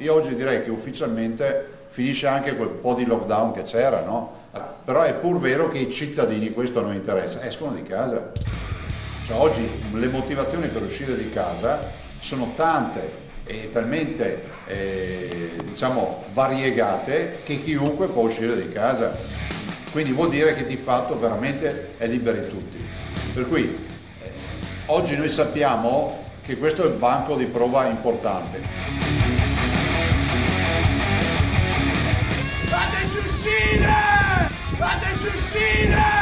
Io oggi direi che ufficialmente finisce anche quel po' di lockdown che c'era, no? Però è pur vero che i cittadini, questo non interessa, escono di casa. Cioè oggi le motivazioni per uscire di casa sono tante e talmente diciamo variegate che chiunque può uscire di casa, quindi vuol dire che di fatto veramente è liberi tutti, per cui oggi noi sappiamo che questo è il banco di prova importante. Fateci uscire! Fateci uscire!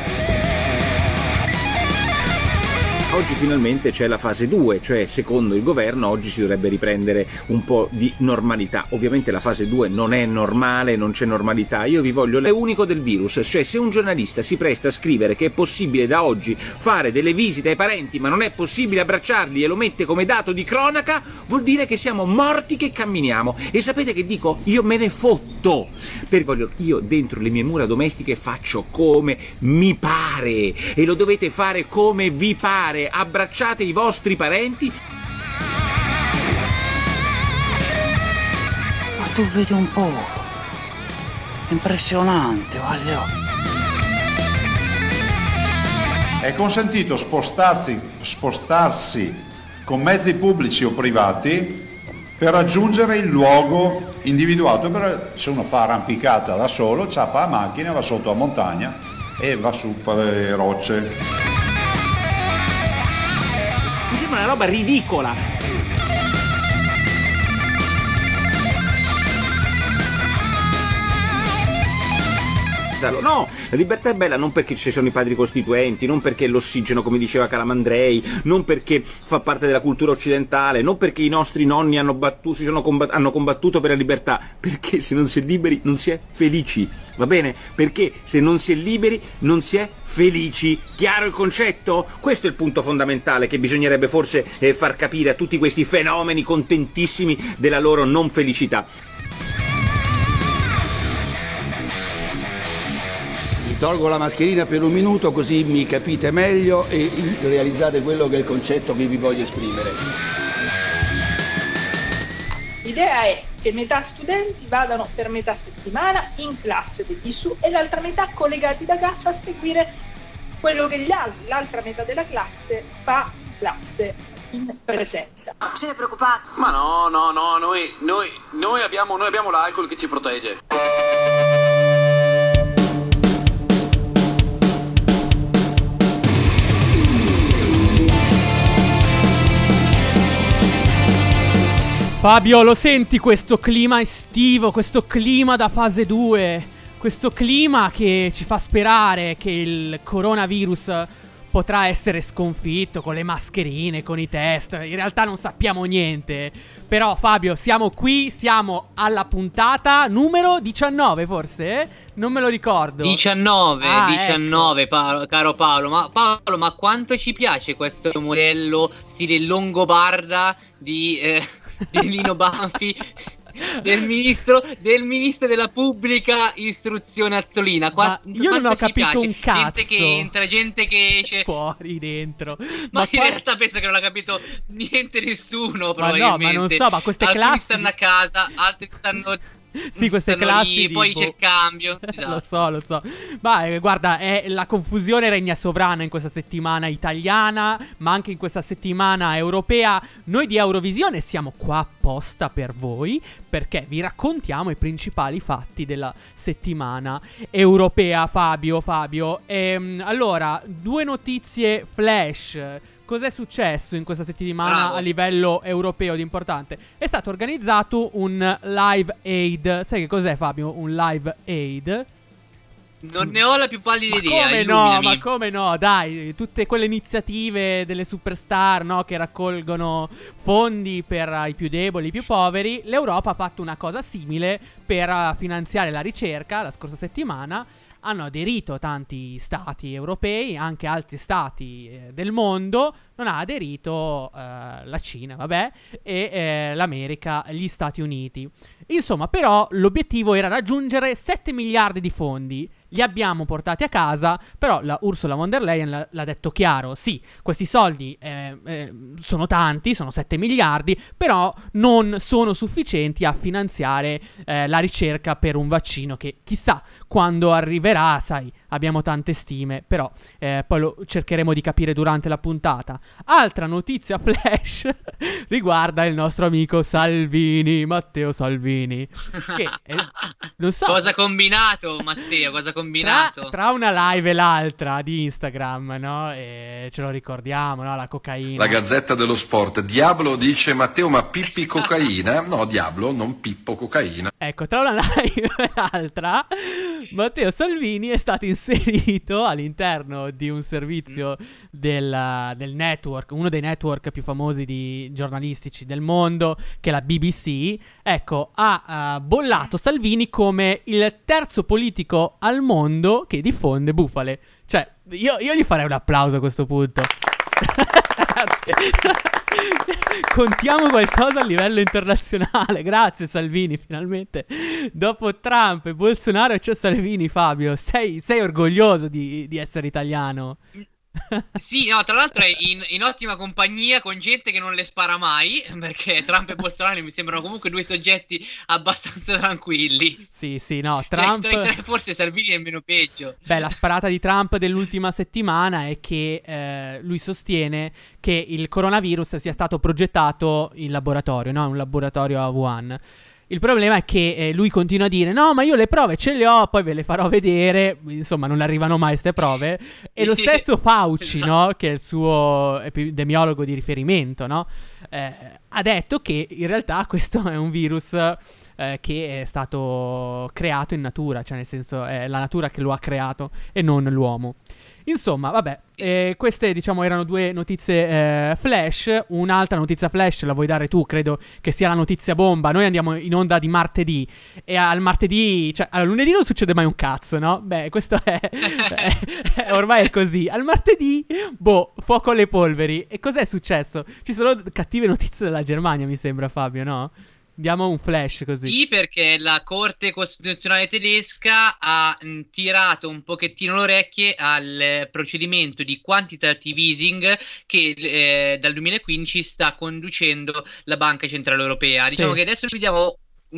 Oggi finalmente c'è la fase 2, cioè secondo il governo oggi si dovrebbe riprendere un po' di normalità. Ovviamente la fase 2 non è normale, non c'è normalità, io vi voglio l'unico del virus, cioè se un giornalista si presta a scrivere che è possibile da oggi fare delle visite ai parenti ma non è possibile abbracciarli e lo mette come dato di cronaca, vuol dire che siamo morti che camminiamo. E sapete che dico? Io me ne fotto, perché io dentro le mie mura domestiche faccio come mi pare e lo dovete fare come vi pare. Abbracciate i vostri parenti. Ma tu vedi un po', impressionante, voglio. È consentito spostarsi con mezzi pubblici o privati per raggiungere il luogo individuato. Se uno fa arrampicata da solo, ciappa la macchina, va sotto a montagna e va su per le rocce. Mi sembra una roba ridicola. No, la libertà è bella non perché ci sono i padri costituenti, non perché è l'ossigeno come diceva Calamandrei, non perché fa parte della cultura occidentale, non perché i nostri nonni hanno combattuto per la libertà, perché se non si è liberi non si è felici, va bene? Perché se non si è liberi non si è felici. Chiaro il concetto? Questo è il punto fondamentale che bisognerebbe forse far capire a tutti questi fenomeni contentissimi della loro non felicità. Tolgo la mascherina per un minuto così mi capite meglio e realizzate quello che è il concetto che vi voglio esprimere. L'idea è che metà studenti vadano per metà settimana in classe degli SU e l'altra metà collegati da casa a seguire quello che l'altra metà della classe fa in classe in presenza. Siete preoccupati? Ma no, noi abbiamo l'alcol che ci protegge. Fabio, lo senti questo clima estivo, questo clima da fase 2, questo clima che ci fa sperare che il coronavirus potrà essere sconfitto con le mascherine, con i test. In realtà non sappiamo niente. Però Fabio, siamo qui, siamo alla puntata numero 19 forse? Non me lo ricordo. 19, ecco. Caro Paolo. Ma quanto ci piace questo modello stile Longobarda di Lino Banfi, del ministro della pubblica istruzione Azzolina. Io non ho capito un cazzo. Gente che entra, gente che esce fuori, dentro. Ma in realtà penso che non l'ha capito niente nessuno, probabilmente. Ma no, ma non so, ma queste altri classi stanno a casa, altri stanno sì, queste classi lì, poi c'è il cambio. Esatto. Lo so. Ma guarda, la confusione regna sovrana in questa settimana italiana, ma anche in questa settimana europea. Noi di Eurovisione siamo qua apposta per voi, perché vi raccontiamo i principali fatti della settimana europea. Fabio. Allora, 2 notizie flash. Cos'è successo in questa settimana a livello europeo di importante? È stato organizzato un Live Aid. Sai che cos'è, Fabio? Un Live Aid? Non ne ho la più pallida idea. Ma come no? Dai, tutte quelle iniziative delle superstar, no, che raccolgono fondi per i più deboli, i più poveri. L'Europa ha fatto una cosa simile per finanziare la ricerca la scorsa settimana. Hanno aderito tanti stati europei, anche altri stati del mondo. Non ha aderito la Cina, vabbè, e l'America, gli Stati Uniti. Insomma, però, l'obiettivo era raggiungere 7 miliardi di fondi, li abbiamo portati a casa, però la Ursula von der Leyen l'ha detto chiaro, sì, questi soldi sono tanti, sono 7 miliardi, però non sono sufficienti a finanziare la ricerca per un vaccino che chissà quando arriverà, sai, abbiamo tante stime, però poi lo cercheremo di capire durante la puntata. Altra notizia flash riguarda il nostro amico Salvini, Matteo Salvini, che non so, cosa ha combinato Matteo, cosa ha combinato? Tra una live e l'altra di Instagram, no? E ce lo ricordiamo, no? La cocaina. La Gazzetta dello Sport. Diablo dice Matteo, ma pippi cocaina? No, Diablo, non Pippo cocaina. Ecco, tra una live e l'altra, Matteo Salvini è stato inserito all'interno di un servizio del network, uno dei network più famosi di giornalistici del mondo, che è la BBC. Ecco, ha bollato Salvini come il terzo politico al mondo che diffonde bufale. Cioè, io gli farei un applauso a questo punto. Grazie. Contiamo qualcosa a livello internazionale. Grazie Salvini, finalmente dopo Trump e Bolsonaro c'è Salvini. Fabio, sei orgoglioso di essere italiano? Sì, no, tra l'altro è in ottima compagnia con gente che non le spara mai, perché Trump e Bolsonaro mi sembrano comunque due soggetti abbastanza tranquilli. Sì, no, Trump... Tra i tre forse Salvini è meno peggio. Beh, la sparata di Trump dell'ultima settimana è che lui sostiene che il coronavirus sia stato progettato in laboratorio, no? Un laboratorio a Wuhan. Il problema è che lui continua a dire no, ma io le prove ce le ho, poi ve le farò vedere. Insomma, non arrivano mai queste prove. E lo stesso Fauci, no? Che è il suo epidemiologo di riferimento, no? Ha detto che in realtà questo è un virus che è stato creato in natura. Cioè nel senso è la natura che lo ha creato e non l'uomo. Insomma, vabbè, queste diciamo erano due notizie flash. Un'altra notizia flash la vuoi dare tu, credo che sia la notizia bomba. Noi andiamo in onda di martedì e al martedì, cioè al lunedì non succede mai un cazzo, no? Beh, questo è ormai è così. Al martedì, fuoco alle polveri. E cos'è successo? Ci sono cattive notizie dalla Germania, mi sembra, Fabio, no? Diamo un flash così. Sì, perché la Corte Costituzionale tedesca ha tirato un pochettino le orecchie al procedimento di quantitative easing che dal 2015 sta conducendo la Banca Centrale Europea. Diciamo che adesso vi diamo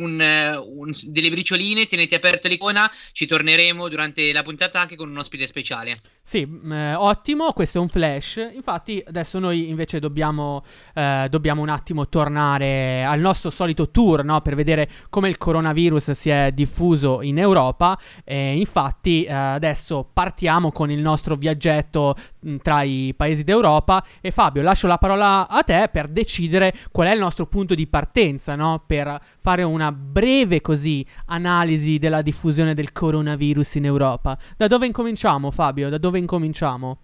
delle bricioline, tenete aperta l'icona, ci torneremo durante la puntata anche con un ospite speciale. Sì, ottimo, questo è un flash. Infatti adesso noi invece dobbiamo un attimo tornare al nostro solito tour, no? Per vedere come il coronavirus si è diffuso in Europa. Infatti adesso partiamo con il nostro viaggetto tra i paesi d'Europa. E Fabio, lascio la parola a te per decidere qual è il nostro punto di partenza, no? Per fare una breve così analisi della diffusione del coronavirus in Europa. Da dove incominciamo, Fabio? Da dove incominciamo?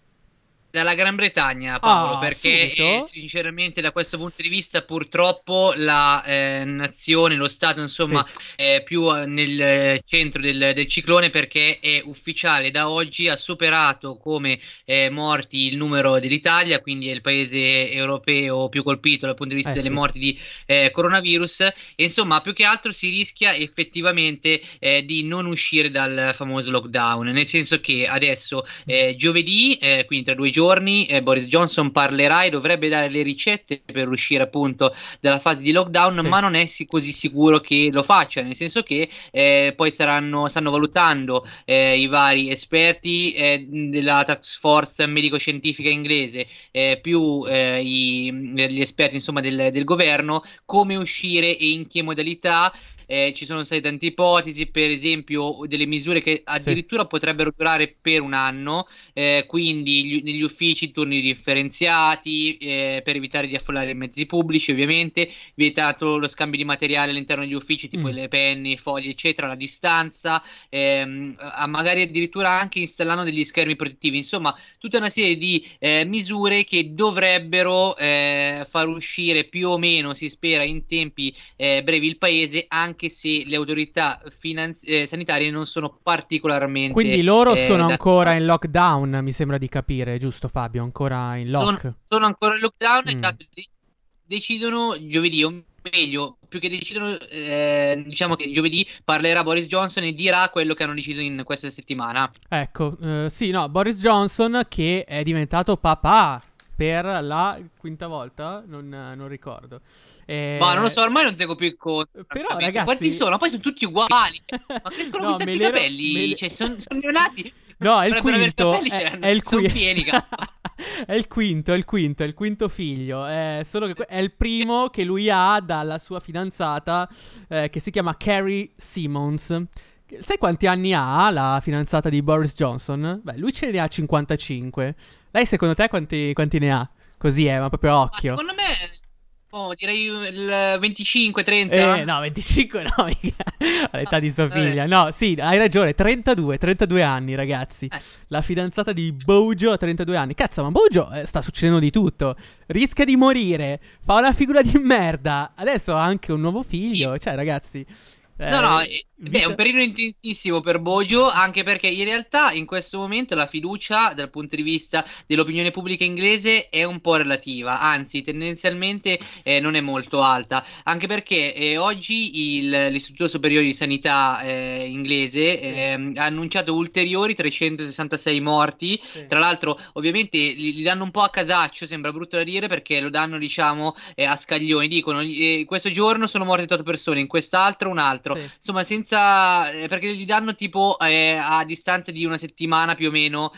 Dalla Gran Bretagna, Paolo, perché sinceramente da questo punto di vista purtroppo la nazione, lo Stato insomma è più nel centro del ciclone, perché è ufficiale, da oggi ha superato come morti il numero dell'Italia, quindi è il paese europeo più colpito dal punto di vista delle morti di coronavirus, e insomma più che altro si rischia effettivamente di non uscire dal famoso lockdown, nel senso che adesso giovedì, quindi tra 2 giorni, Boris Johnson parlerà e dovrebbe dare le ricette per uscire appunto dalla fase di lockdown, ma non è così sicuro che lo faccia, nel senso che poi stanno valutando i vari esperti della task force medico-scientifica inglese più gli esperti insomma del governo, come uscire e in che modalità. Ci sono state tante ipotesi, per esempio delle misure che addirittura potrebbero durare per 1 anno, quindi negli uffici turni differenziati, per evitare di affollare i mezzi pubblici, ovviamente vietato lo scambio di materiale all'interno degli uffici, tipo le penne, i fogli eccetera, la distanza, magari addirittura anche installando degli schermi protettivi, insomma tutta una serie di misure che dovrebbero far uscire più o meno, si spera, in tempi brevi il paese, anche se le autorità sanitarie non sono particolarmente. Quindi loro sono ancora in lockdown, mi sembra di capire, giusto Fabio? Ancora in lock? Sono ancora in lockdown, esatto. Decidono giovedì, meglio, più che decidono, diciamo che giovedì parlerà Boris Johnson e dirà quello che hanno deciso in questa settimana. Ecco, sì, no, Boris Johnson che è diventato papà per la quinta volta, non ricordo. Ma non lo so, ormai non tengo più il conto. Però ragazzi, quanti sono? Poi sono tutti uguali. Ma crescono no, questi tanti capelli, cioè sono neonati. No, è il quinto, è il quinto. È il quinto figlio. Solo che è il primo che lui ha dalla sua fidanzata, che si chiama Carrie Simmons. Sai quanti anni ha la fidanzata di Boris Johnson? Beh, lui ce ne ha 55. Lei secondo te quanti ne ha? Così ma proprio occhio. Ma secondo me, direi il 25-30. No, 25 no, mica. All'età di sua figlia. No, sì, hai ragione, 32 anni, ragazzi. La fidanzata di Bojo ha 32 anni. Cazzo, ma Bojo sta succedendo di tutto. Rischia di morire, fa una figura di merda. Adesso ha anche un nuovo figlio, cioè, ragazzi. No, è un periodo intensissimo per Bojo, anche perché in realtà in questo momento la fiducia dal punto di vista dell'opinione pubblica inglese è un po' relativa, anzi tendenzialmente non è molto alta, anche perché oggi l'Istituto Superiore di Sanità inglese ha annunciato ulteriori 366 morti, tra l'altro ovviamente li danno un po' a casaccio, sembra brutto da dire perché lo danno diciamo a scaglioni, dicono questo giorno sono morte 8 persone, in quest'altro un altro. Insomma, perché gli danno tipo a distanza di una settimana più o meno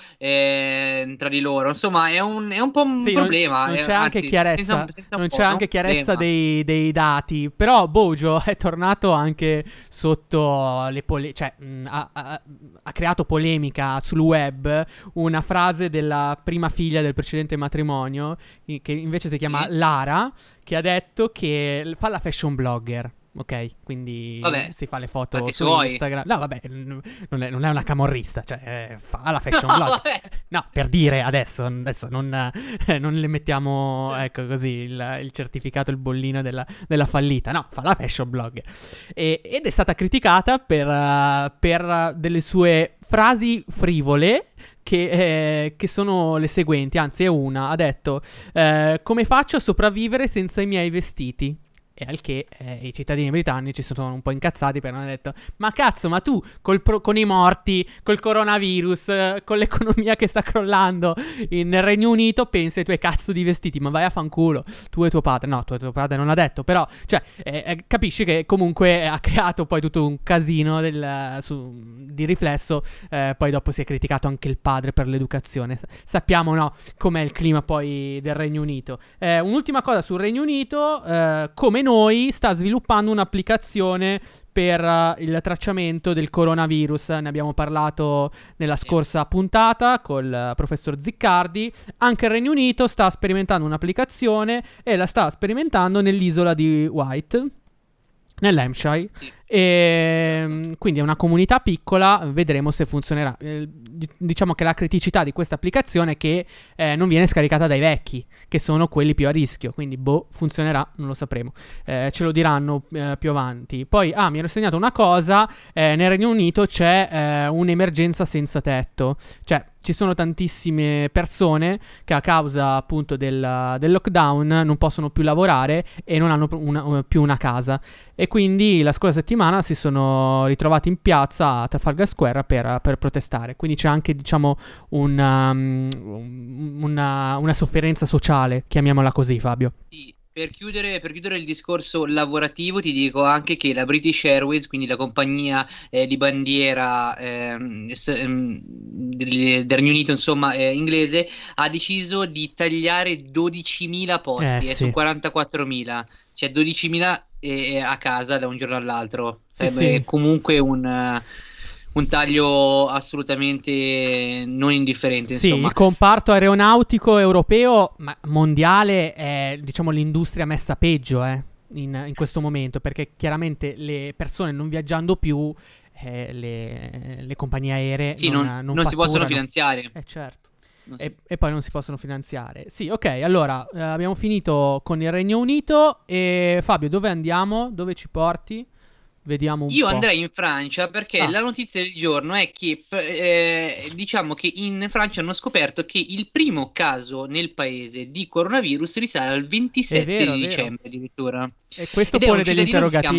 tra di loro. Insomma, è un po' un problema. Non c'è anche chiarezza. Non c'è anche chiarezza dei dati. Però Bojo è tornato anche sotto le cioè ha creato polemica sul web una frase della prima figlia del precedente matrimonio, che invece si chiama Lara, che ha detto che fa la fashion blogger. Ok, quindi si fa le foto su Instagram. No, vabbè, non è una camorrista, cioè fa la fashion blog. No, per dire adesso non le mettiamo, ecco così, il certificato, il bollino della fallita. No, fa la fashion blog. Ed è stata criticata per delle sue frasi frivole che sono le seguenti, anzi è una, ha detto come faccio a sopravvivere senza i miei vestiti? E al che i cittadini britannici si sono un po' incazzati perché hanno detto ma cazzo, ma tu con i morti, col coronavirus, con l'economia che sta crollando nel Regno Unito pensi ai tuoi cazzo di vestiti, ma vai a fanculo tu e tuo padre. No, tu e tuo padre non l'ha detto, però cioè capisci che comunque ha creato poi tutto un casino di riflesso. Poi dopo si è criticato anche il padre per l'educazione. Sappiamo no com'è il clima poi del Regno Unito. Un'ultima cosa sul Regno Unito, come noi sta sviluppando un'applicazione per il tracciamento del coronavirus. Ne abbiamo parlato nella scorsa puntata col professor Ziccardi. Anche il Regno Unito sta sperimentando un'applicazione e la sta sperimentando nell'isola di Wight, nell'Hampshire. E quindi è una comunità piccola, vedremo se funzionerà. Diciamo che la criticità di questa applicazione è che non viene scaricata dai vecchi, che sono quelli più a rischio, quindi funzionerà, non lo sapremo, ce lo diranno più avanti. Poi mi ero segnato una cosa, nel Regno Unito c'è un'emergenza senza tetto, cioè ci sono tantissime persone che a causa appunto del lockdown non possono più lavorare e non hanno più una casa, e quindi la scorsa settimana si sono ritrovati in piazza a Trafalgar Square per protestare. Quindi c'è anche diciamo una sofferenza sociale, chiamiamola così, Fabio. Sì. Per chiudere il discorso lavorativo ti dico anche che la British Airways, quindi la compagnia di bandiera del Regno Unito, insomma inglese, ha deciso di tagliare 12.000 posti su 44.000, cioè 12.000 a casa da un giorno all'altro. Sarebbe comunque un taglio assolutamente non indifferente. Sì, insomma. Il comparto aeronautico europeo, ma mondiale, è diciamo l'industria messa peggio in questo momento, perché chiaramente le persone non viaggiando più, le compagnie aeree non si possono finanziare. Certo. E poi non si possono finanziare. Sì, ok, allora abbiamo finito con il Regno Unito. E Fabio, dove andiamo? Dove ci porti? Vediamo un po'. Io andrei in Francia perché la notizia del giorno è che diciamo che in Francia hanno scoperto che il primo caso nel paese di coronavirus risale al 27 di dicembre addirittura. E questo pone degli interrogativi.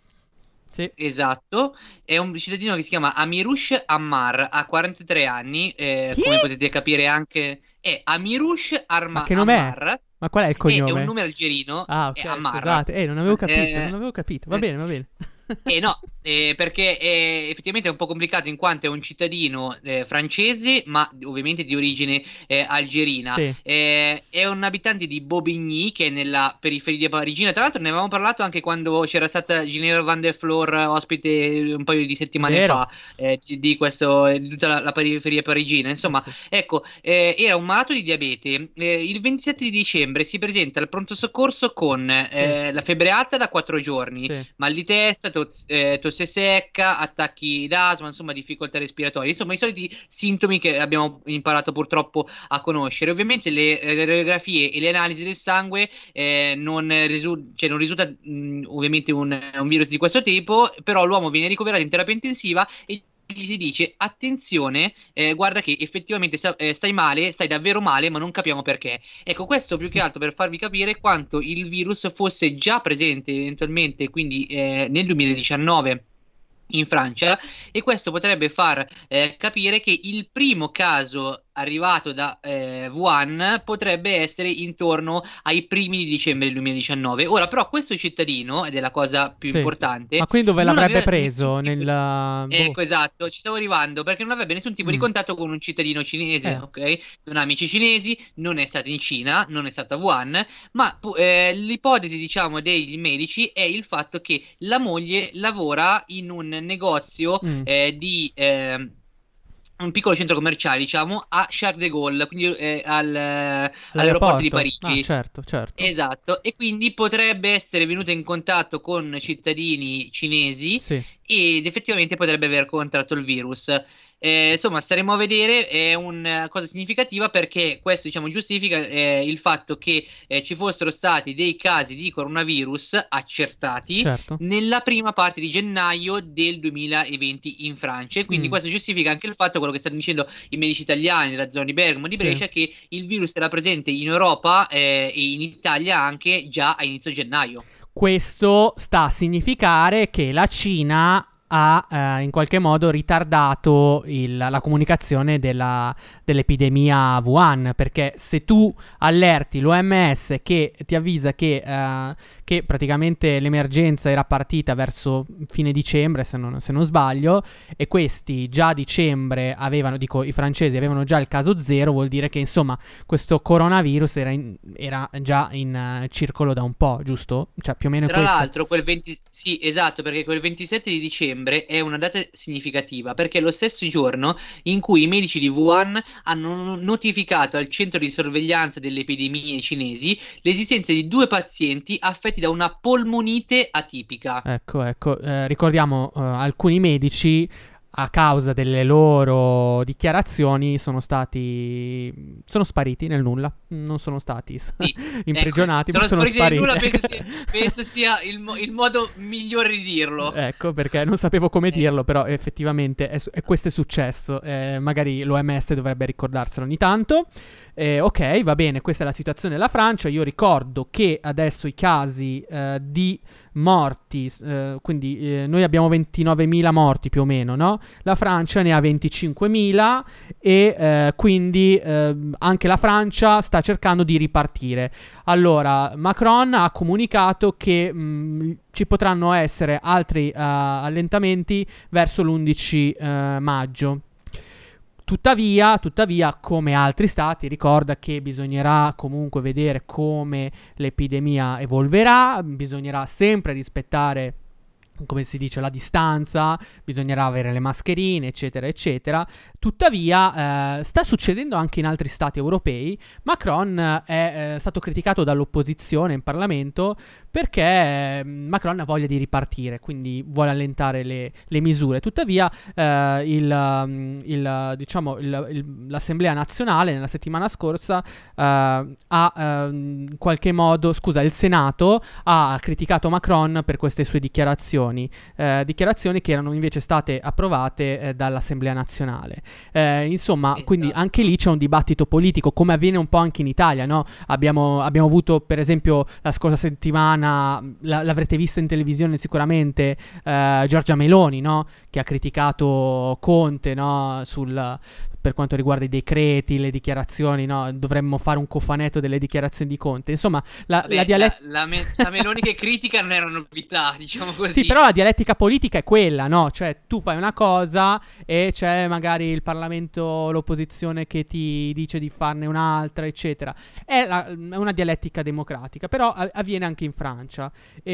Sì. Esatto, è un cittadino che si chiama Amirouche Ammar, ha 43 anni, come potete capire anche è Amirouche Ma che nome Ammar. È? Ma qual è il cognome? È un nome algerino. Ah, ok, scusate, non avevo capito, va bene. No, perché effettivamente è un po' complicato in quanto è un cittadino francese, ma ovviamente di origine algerina. Sì. È un abitante di Bobigny, che è nella periferia parigina. Tra l'altro ne avevamo parlato anche quando c'era stata Ginevra Van der Floor ospite un paio di settimane fa di tutta la periferia parigina. Insomma, ecco, era un malato di diabete. Il 27 di dicembre si presenta al pronto soccorso con la febbre alta da 4 giorni, mal di testa, tosse secca, attacchi d'asma, insomma difficoltà respiratorie, insomma i soliti sintomi che abbiamo imparato purtroppo a conoscere. Ovviamente le radiografie e le analisi del sangue non risulta ovviamente un virus di questo tipo, però l'uomo viene ricoverato in terapia intensiva e gli si dice attenzione, guarda che effettivamente stai male, stai davvero male, ma non capiamo perché. Ecco, questo più che altro per farvi capire quanto il virus fosse già presente eventualmente, quindi nel 2019 in Francia, e questo potrebbe far capire che il primo caso arrivato da Wuhan potrebbe essere intorno ai primi di dicembre del 2019. Ora però questo cittadino, ed è la cosa più importante, ma quindi dove l'avrebbe preso? Ecco, esatto, ci stavo arrivando, perché non avrebbe nessun tipo di contatto con un cittadino cinese, ok? Non ha amici cinesi, non è stato in Cina, non è stato a Wuhan, ma l'ipotesi, diciamo, dei medici è il fatto che la moglie lavora in un negozio di un piccolo centro commerciale, diciamo, a Charles de Gaulle, quindi all'aeroporto di Parigi. Certo. Esatto, e quindi potrebbe essere venuta in contatto con cittadini cinesi ed effettivamente potrebbe aver contratto il virus. Insomma, staremo a vedere, è una cosa significativa perché questo, diciamo, giustifica il fatto che ci fossero stati dei casi di coronavirus accertati nella prima parte di gennaio del 2020 in Francia, e quindi questo giustifica anche il fatto, quello che stanno dicendo i medici italiani nella zona di Bergamo, di Brescia, che il virus era presente in Europa e in Italia anche già a inizio gennaio. Questo sta a significare che la Cina ha in qualche modo ritardato la comunicazione dell'epidemia Wuhan, perché se tu allerti l'OMS che ti avvisa che praticamente l'emergenza era partita verso fine dicembre, se non sbaglio, e questi già a dicembre i francesi avevano già il caso zero, vuol dire che insomma questo coronavirus era già in circolo da un po', giusto? Cioè più o meno Tra l'altro sì, esatto, perché quel 27 di dicembre è una data significativa perché è lo stesso giorno in cui i medici di Wuhan hanno notificato al centro di sorveglianza delle epidemie cinesi l'esistenza di 2 pazienti affetti da una polmonite atipica. Ecco, ricordiamo alcuni medici, a causa delle loro dichiarazioni, sono spariti nel nulla, non sono stati imprigionati, ma sono spariti. Nel nulla, penso sia il modo migliore di dirlo. Ecco, perché non sapevo come dirlo, però effettivamente questo è successo. Magari l'OMS dovrebbe ricordarselo ogni tanto. Ok, va bene, questa è la situazione della Francia. Io ricordo che adesso i casi di morti, quindi noi abbiamo 29.000 morti più o meno, no? La Francia ne ha 25.000 e quindi anche la Francia sta cercando di ripartire. Allora, Macron ha comunicato che ci potranno essere altri allentamenti verso l'11 maggio. Tuttavia, come altri stati, ricorda che bisognerà comunque vedere come l'epidemia evolverà, bisognerà sempre rispettare, come si dice, la distanza, bisognerà avere le mascherine, eccetera, eccetera. Tuttavia, sta succedendo anche in altri stati europei. Macron è stato criticato dall'opposizione in Parlamento perché Macron ha voglia di ripartire, quindi vuole allentare le misure. Tuttavia l'Assemblea nazionale nella settimana scorsa in qualche modo, il Senato ha criticato Macron per queste sue dichiarazioni che erano invece state approvate dall'Assemblea nazionale. Quindi anche lì c'è un dibattito politico, come avviene un po' anche in Italia, no? Abbiamo avuto, per esempio, la scorsa settimana, l'avrete vista in televisione sicuramente, Giorgia Meloni, no? Che ha criticato Conte, no? Per quanto riguarda i decreti, le dichiarazioni, no? Dovremmo fare un cofanetto delle dichiarazioni di Conte. Insomma, la Meloni che critica non era una novità, diciamo così. Sì, però la dialettica politica è quella, no? Cioè, tu fai una cosa e c'è magari il Parlamento, l'opposizione che ti dice di farne un'altra, eccetera. È una dialettica democratica, però avviene anche in Francia.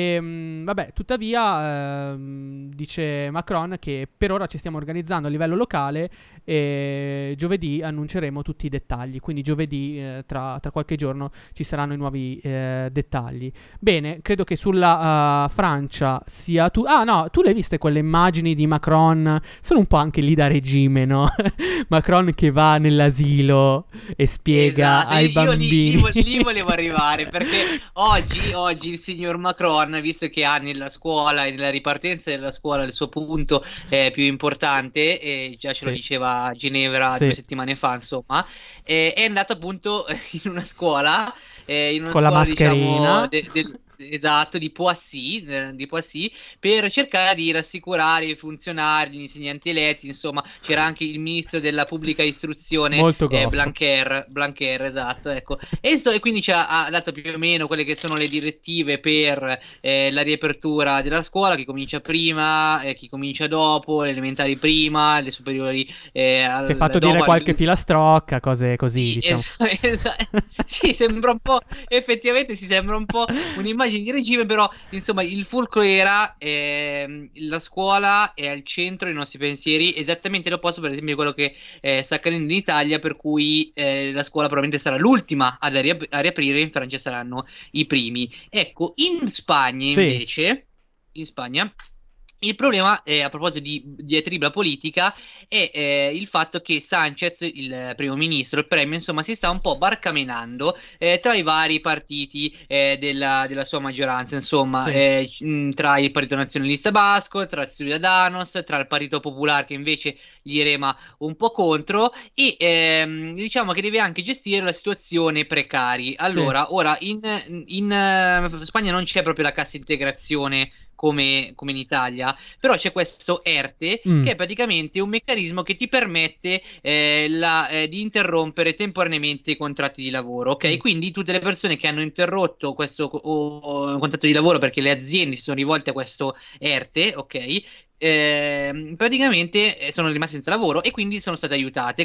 Tuttavia, dice Macron che per ora ci stiamo organizzando a livello locale e giovedì annunceremo tutti i dettagli, quindi giovedì tra qualche giorno ci saranno i nuovi dettagli. Bene, credo che sulla Francia sia tu... Ah no, tu le hai viste quelle immagini di Macron? Sono un po' anche lì da regime, no? Macron che va nell'asilo e spiega ai bambini. Lì volevo arrivare, perché oggi il signor Macron, visto che ha nella scuola e nella ripartenza della scuola il suo punto più importante, e già ce lo diceva a Ginevra 2 settimane fa, insomma, è andato appunto in una scuola con la mascherina, diciamo, esatto, di Poissy, per cercare di rassicurare i funzionari, gli insegnanti eletti. Insomma, c'era anche il ministro della pubblica istruzione, Blanquer, esatto, ecco. E quindi ha dato più o meno quelle che sono le direttive per la riapertura della scuola, chi comincia prima, chi comincia dopo, le elementari prima, le superiori si è fatto dire qualche filastrocca, cose così, diciamo. Sì, sembra un po', effettivamente sembra un po' un'immagine di regime, però insomma il fulcro era la scuola è al centro dei nostri pensieri, esattamente l'opposto per esempio di quello che sta accadendo in Italia, per cui la scuola probabilmente sarà l'ultima a riaprire, in Francia saranno i primi. Ecco, in Spagna invece, il problema, a proposito di diatriba politica, è il fatto che Sánchez, il primo ministro, il premio, insomma, si sta un po' barcamenando tra i vari partiti della sua maggioranza, insomma, tra il Partito Nazionalista Basco, tra Ciudadanos, tra il Partito Popolare, che invece gli rema un po' contro, e diciamo che deve anche gestire la situazione precari. Allora, ora in Spagna non c'è proprio la cassa integrazione come in Italia, però c'è questo ERTE che è praticamente un meccanismo che ti permette di interrompere temporaneamente i contratti di lavoro, ok? Quindi tutte le persone che hanno interrotto questo contratto di lavoro perché le aziende si sono rivolte a questo ERTE, ok? Praticamente sono rimaste senza lavoro e quindi sono state aiutate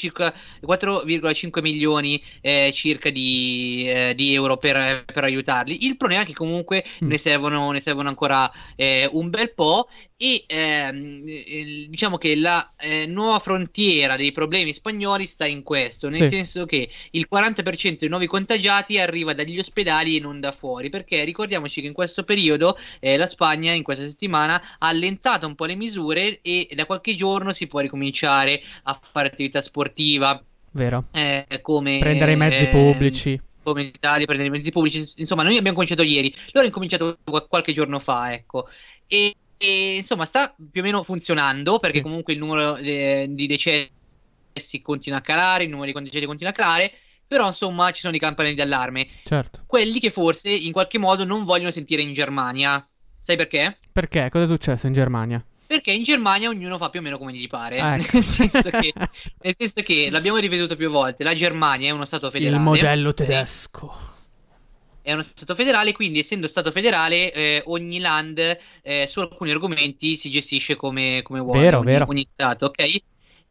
4,5 milioni circa di euro per aiutarli. Il problema è che comunque ne servono ancora un bel po', e diciamo che la nuova frontiera dei problemi spagnoli sta in questo, nel senso che il 40% dei nuovi contagiati arriva dagli ospedali e non da fuori, perché ricordiamoci che in questo periodo la Spagna in questa settimana ha allentato un po' le misure e da qualche giorno si può ricominciare a fare attività sportiva, vero? Come prendere i mezzi pubblici, come in Italia, prendere i mezzi pubblici. Insomma, noi abbiamo cominciato ieri, loro hanno cominciato qualche giorno fa, ecco, e insomma sta più o meno funzionando, perché comunque il numero di decessi continua a calare, il numero di contagiati continua a calare, però insomma ci sono i campanelli d'allarme, quelli che forse in qualche modo non vogliono sentire in Germania. Sai perché? Perché? Cosa è successo in Germania? Perché in Germania ognuno fa più o meno come gli pare, nel senso che l'abbiamo ripetuto più volte, la Germania è uno stato federale, il modello tedesco. È uno stato federale, quindi essendo stato federale ogni land su alcuni argomenti si gestisce come vuole, ogni stato, ok?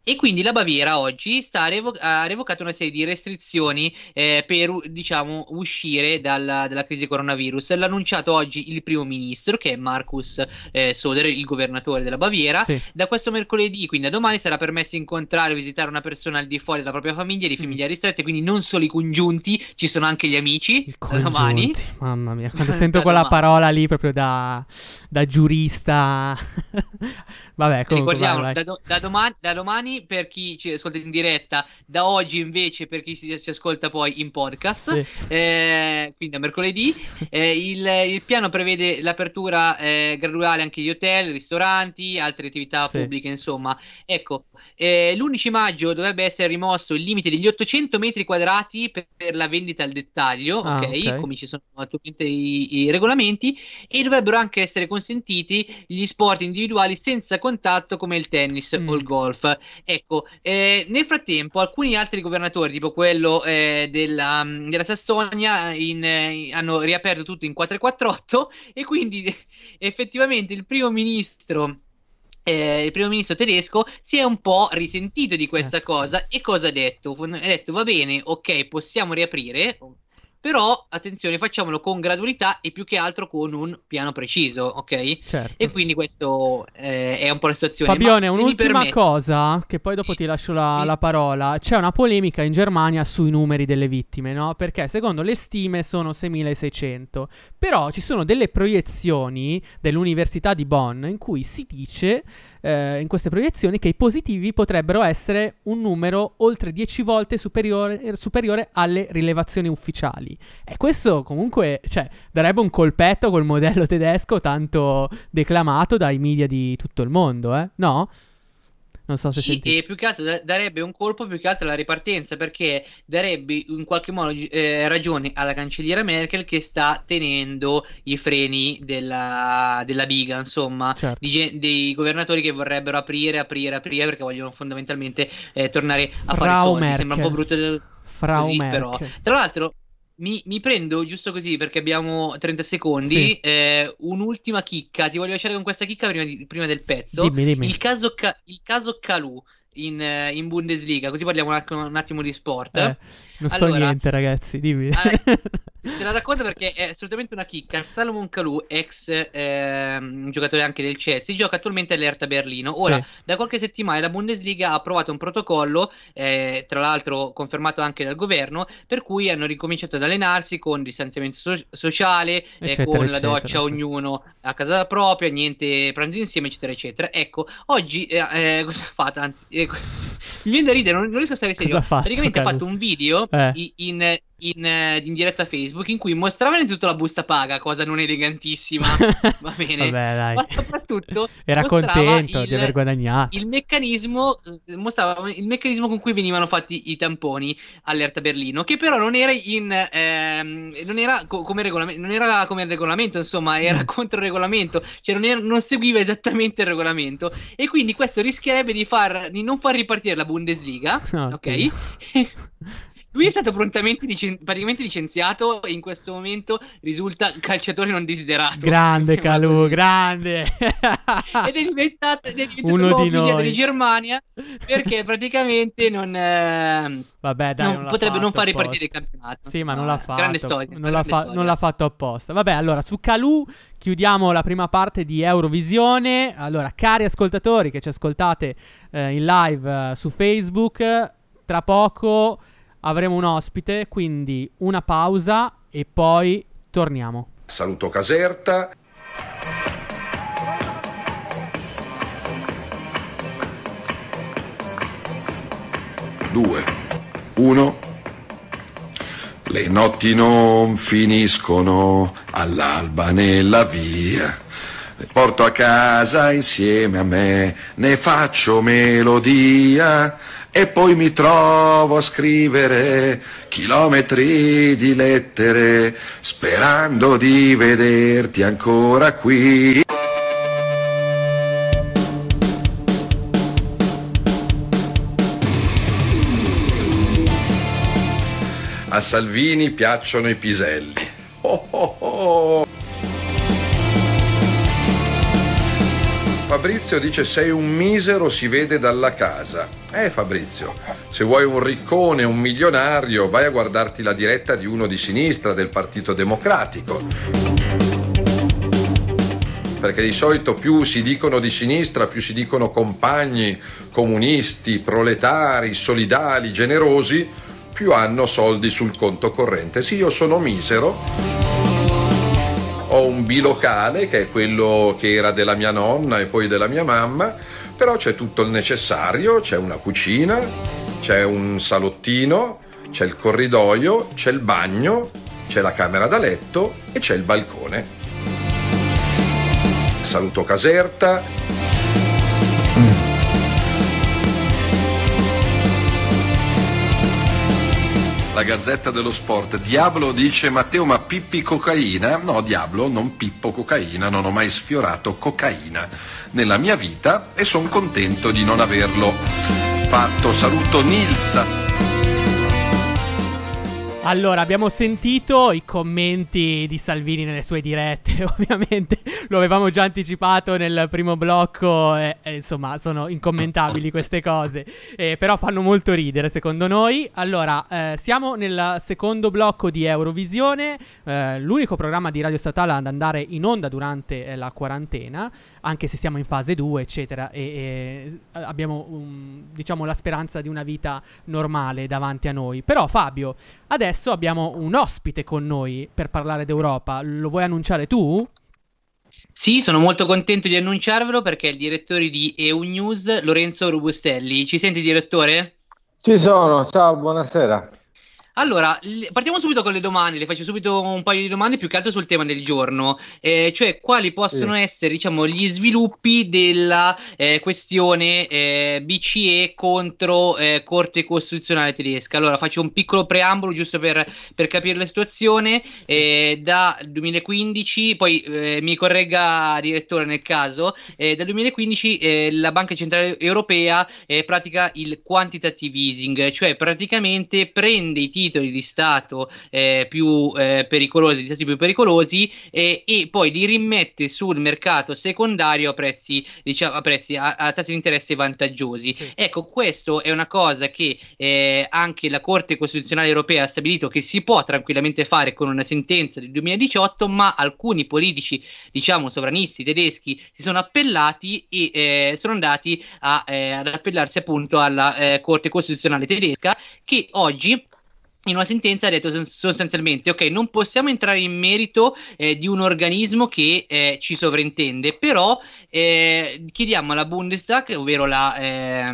E quindi la Baviera oggi ha revocato una serie di restrizioni per, diciamo, uscire dalla crisi coronavirus. L'ha annunciato oggi il primo ministro, che è Markus Söder, il governatore della Baviera. Sì. Da questo mercoledì, quindi da domani, sarà permesso incontrare o visitare una persona al di fuori della propria famiglia, di familiari stretti, quindi non solo i congiunti, ci sono anche gli amici. Da domani. Mamma mia, quando sento quella parola lì proprio da giurista. Vabbè, comunque, ricordiamo, vai. Da domani per chi ci ascolta in diretta, da oggi invece per chi ci ascolta poi in podcast, Sì. Quindi a mercoledì. Il piano prevede l'apertura graduale anche di hotel, ristoranti, altre attività Sì. pubbliche, insomma. Ecco, l'11 maggio dovrebbe essere rimosso il limite degli 800 metri quadrati per la vendita al dettaglio, ok? Come ci sono attualmente i regolamenti, e dovrebbero anche essere consentiti gli sport individuali senza contatto come il tennis o il golf. Ecco, nel frattempo alcuni altri governatori, tipo quello della Sassonia, hanno riaperto tutto in 448, e quindi effettivamente il primo ministro tedesco si è un po' risentito di questa cosa. E cosa ha detto? Ha detto: va bene, ok, possiamo riaprire, però attenzione, facciamolo con gradualità e più che altro con un piano preciso, ok? Certo. E quindi questo è un po' la situazione. Fabione, Ma se un'ultima mi permetti- cosa, che poi dopo ti lascio la parola. C'è una polemica in Germania sui numeri delle vittime, no? Perché secondo le stime sono 6.600. Però ci sono delle proiezioni dell'Università di Bonn in cui si dice, in queste proiezioni, che i positivi potrebbero essere un numero oltre 10 volte superiore alle rilevazioni ufficiali. E questo comunque, cioè, darebbe un colpetto col modello tedesco tanto declamato dai media di tutto il mondo, no? Non so se Sì, senti. e più che altro darebbe un colpo più che altro alla ripartenza, perché darebbe in qualche modo ragione alla cancelliera Merkel, che sta tenendo i freni della biga, insomma, Certo. dei governatori che vorrebbero aprire perché vogliono fondamentalmente tornare a fare Frau soldi. Merkel. Sembra un po' brutto Frau così, Merkel. però. Tra l'altro mi prendo giusto così, perché abbiamo 30 secondi, un'ultima chicca. Ti voglio lasciare con questa chicca prima del pezzo. Dimmi. Il caso Kalou in Bundesliga, così parliamo un attimo di sport. Non so niente, ragazzi, dimmi. Te la racconto perché è assolutamente una chicca. Salomon Kalou, ex giocatore anche del Chelsea, gioca attualmente all'Hertha Berlino. Ora, da qualche settimana la Bundesliga ha approvato un protocollo, tra l'altro confermato anche dal governo, per cui hanno ricominciato ad allenarsi con distanziamento sociale, con la doccia ognuno a casa propria, niente pranzi insieme, eccetera, eccetera. Ecco, oggi cosa ha fatto? Anzi, mi viene da ridere, non riesco a stare serio. Praticamente ha fatto un video in diretta Facebook in cui mostrava innanzitutto la busta paga, cosa non elegantissima, va bene. Vabbè, dai. Ma soprattutto era contento di aver guadagnato. Mostrava il meccanismo con cui venivano fatti i tamponi all'Hertha Berlino, che però non era come regolamento, insomma, era contro il regolamento, cioè non seguiva esattamente il regolamento, e quindi questo rischierebbe di non far ripartire la Bundesliga, ok? Lui è stato prontamente praticamente licenziato, e in questo momento risulta calciatore non desiderato. Grande Kalou, grande. Ed è diventato uno nuovo di noi di Germania, perché praticamente non potrebbe non far ripartire il campionato. Sì, ma non l'ha fatto. Grande storia. Non l'ha fatto apposta. Vabbè, allora su Kalou chiudiamo la prima parte di Eurovisione. Allora, cari ascoltatori che ci ascoltate in live su Facebook, tra poco avremo un ospite, quindi una pausa e poi torniamo. Saluto Caserta. Due, uno. Le notti non finiscono all'alba nella via. Le porto a casa insieme a me, ne faccio melodia. E poi mi trovo a scrivere chilometri di lettere, sperando di vederti ancora qui. A Salvini piacciono i piselli. Oh oh oh. Va Fabrizio dice sei un misero, si vede dalla casa. Fabrizio, se vuoi un riccone, un milionario, vai a guardarti la diretta di uno di sinistra, del Partito Democratico. Perché di solito più si dicono di sinistra, più si dicono compagni, comunisti, proletari, solidali, generosi, più hanno soldi sul conto corrente. Sì, io sono misero, ho un bilocale che è quello che era della mia nonna e poi della mia mamma, però c'è tutto il necessario, c'è una cucina, c'è un salottino, c'è il corridoio, c'è il bagno, c'è la camera da letto e c'è il balcone. Saluto Caserta. La Gazzetta dello Sport. Diablo dice Matteo, ma pippi cocaina? No, Diablo, non pippo cocaina, non ho mai sfiorato cocaina nella mia vita e sono contento di non averlo fatto. Saluto Nilsa. Allora, abbiamo sentito i commenti di Salvini nelle sue dirette, ovviamente lo avevamo già anticipato nel primo blocco, insomma sono incommentabili queste cose, però fanno molto ridere secondo noi. Allora, siamo nel secondo blocco di Eurovisione, l'unico programma di radio statale ad andare in onda durante la quarantena, anche se siamo in fase 2 eccetera, e abbiamo diciamo la speranza di una vita normale davanti a noi. Però Fabio, adesso abbiamo un ospite con noi per parlare d'Europa. Lo vuoi annunciare tu? Sì, sono molto contento di annunciarvelo perché è il direttore di EU News, Lorenzo Robustelli. Ci senti, direttore? Ci sono, ciao, buonasera. Allora, partiamo subito con le domande, le faccio subito un paio di domande più che altro sul tema del giorno, cioè quali possono essere, diciamo, gli sviluppi della questione BCE contro Corte Costituzionale tedesca. Allora, faccio un piccolo preambolo giusto per capire la situazione. Da 2015, poi mi corregga direttore nel caso, dal 2015 la Banca Centrale Europea pratica il quantitative easing, cioè praticamente prende i titoli di Stato più pericolosi e poi li rimette sul mercato secondario a prezzi, diciamo, a tassi di interesse vantaggiosi. Sì. Ecco, questo è una cosa che anche la Corte Costituzionale Europea ha stabilito che si può tranquillamente fare con una sentenza del 2018, ma alcuni politici, diciamo sovranisti tedeschi, si sono appellati e sono andati ad appellarsi appunto alla Corte Costituzionale tedesca, che oggi in una sentenza ha detto sostanzialmente: ok, non possiamo entrare in merito di un organismo che ci sovrintende, però chiediamo alla Bundestag, ovvero la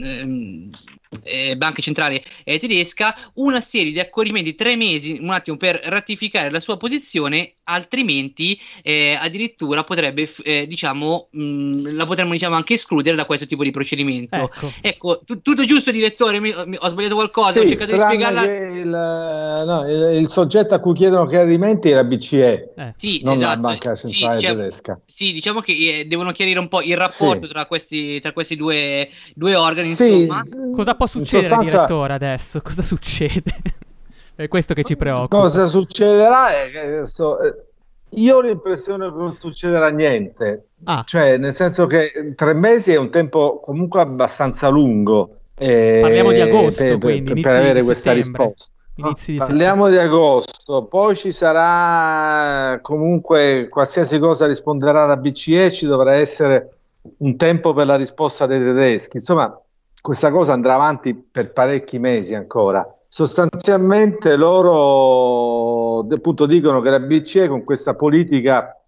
Banca Centrale tedesca, una serie di accorgimenti, 3 mesi un attimo per ratificare la sua posizione, altrimenti addirittura potrebbe la potremmo anche escludere da questo tipo di procedimento. Ecco, tutto giusto, direttore? Ho sbagliato qualcosa? Sì, ho cercato di spiegarla. Il soggetto a cui chiedono chiarimenti è la BCE, sì, non esatto, la Banca Centrale tedesca. Sì, diciamo che devono chiarire un po' il rapporto tra questi due organi. Sì, insomma. Cosa può succedere, direttore, adesso? Cosa succede? È questo che ci preoccupa. Cosa succederà? Io ho l'impressione che non succederà niente, cioè nel senso che 3 mesi è un tempo comunque abbastanza lungo. Parliamo di agosto, quindi per avere questa risposta. Parliamo di agosto, poi ci sarà comunque qualsiasi cosa risponderà la BCE, ci dovrà essere un tempo per la risposta dei tedeschi. Insomma, questa cosa andrà avanti per parecchi mesi ancora. Sostanzialmente loro appunto dicono che la BCE con questa politica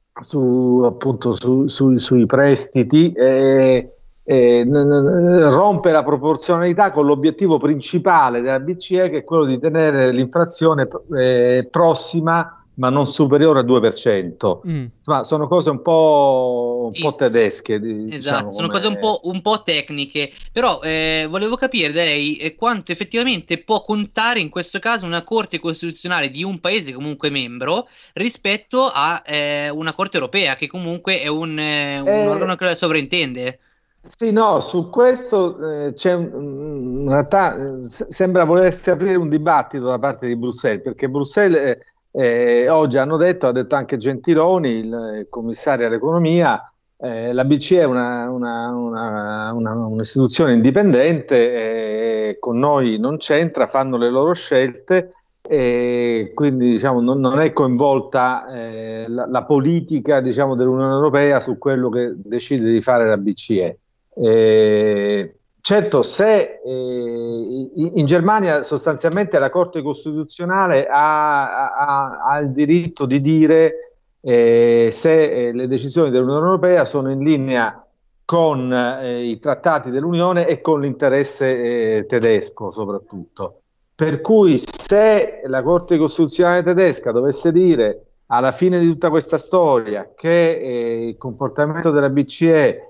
sui prestiti rompe la proporzionalità con l'obiettivo principale della BCE, che è quello di tenere l'inflazione prossima ma non superiore al 2%. Insomma, sono cose un po' tedesche. Esatto, sono cose un po' tecniche, però volevo capire da lei quanto effettivamente può contare in questo caso una Corte Costituzionale di un paese comunque membro rispetto a una Corte Europea, che comunque è un organo che la sovrintende. Sì, no, su questo c'è in realtà sembra volersi aprire un dibattito da parte di Bruxelles, perché Bruxelles oggi ha detto anche Gentiloni, il commissario all'economia, La BCE è un'istituzione indipendente, con noi non c'entra, fanno le loro scelte, e quindi diciamo, non è coinvolta la politica, diciamo, dell'Unione Europea su quello che decide di fare la BCE. Certo, se in Germania sostanzialmente la Corte Costituzionale ha il diritto di dire se le decisioni dell'Unione Europea sono in linea con i trattati dell'Unione e con l'interesse tedesco soprattutto. Per cui se la Corte Costituzionale tedesca dovesse dire alla fine di tutta questa storia che il comportamento della BCE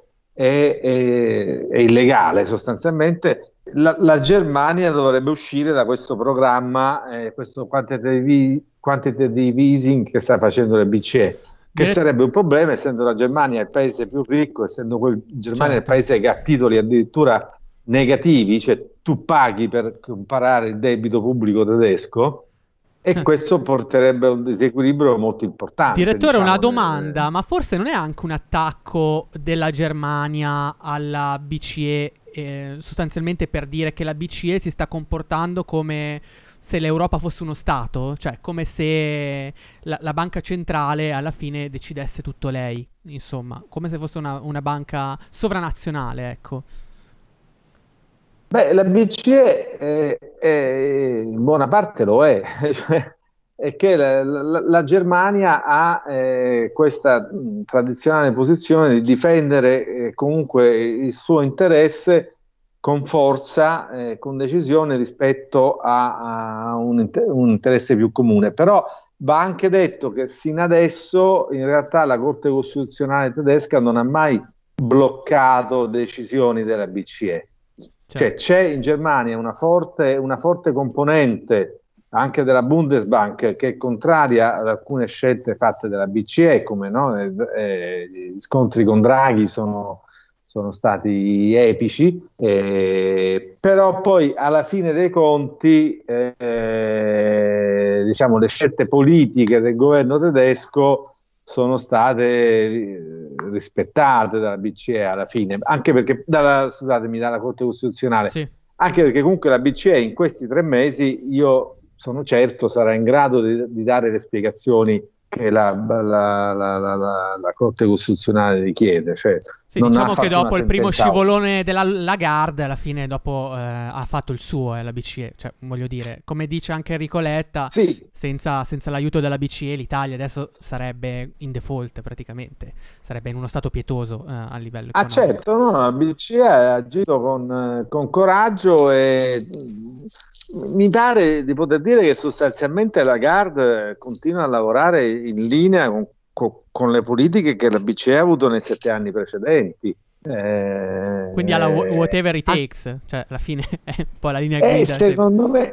è illegale sostanzialmente, la Germania dovrebbe uscire da questo programma, questo quantitative easing che sta facendo la BCE, che sarebbe un problema essendo la Germania il paese più ricco, essendo Germania il paese che ha titoli addirittura negativi, cioè tu paghi per comparare il debito pubblico tedesco, e questo porterebbe a un disequilibrio molto importante. Direttore, diciamo, una domanda, ma forse non è anche un attacco della Germania alla BCE, sostanzialmente per dire che la BCE si sta comportando come se l'Europa fosse uno Stato? Cioè come se la banca centrale alla fine decidesse tutto lei, insomma, come se fosse una banca sovranazionale, ecco. Beh, la BCE in buona parte lo è, cioè, è che la Germania ha questa tradizionale posizione di difendere comunque il suo interesse con forza, con decisione rispetto a un interesse più comune. Però va anche detto che sino adesso in realtà la Corte Costituzionale tedesca non ha mai bloccato decisioni della BCE. Cioè c'è in Germania una forte componente anche della Bundesbank che è contraria ad alcune scelte fatte dalla BCE, come no, gli scontri con Draghi sono stati epici, però poi alla fine dei conti diciamo le scelte politiche del governo tedesco sono state rispettate dalla BCE alla fine, anche perché dalla Corte Costituzionale, sì. Anche perché comunque la BCE in questi 3 mesi, io sono certo, sarà in grado di dare le spiegazioni che la Corte Costituzionale richiede. Cioè, sì, diciamo che dopo il primo scivolone della Lagarde, alla fine dopo ha fatto il suo la BCE, cioè voglio dire, come dice anche Enrico Letta, sì. senza l'aiuto della BCE l'Italia adesso sarebbe in default praticamente, sarebbe in uno stato pietoso a livello economico. Certo, no, la BCE ha agito con coraggio e mi pare di poter dire che sostanzialmente Lagarde continua a lavorare in linea con le politiche che la BCE ha avuto nei 7 anni precedenti. Quindi alla whatever it takes, cioè alla fine è un po' la linea guida. Secondo me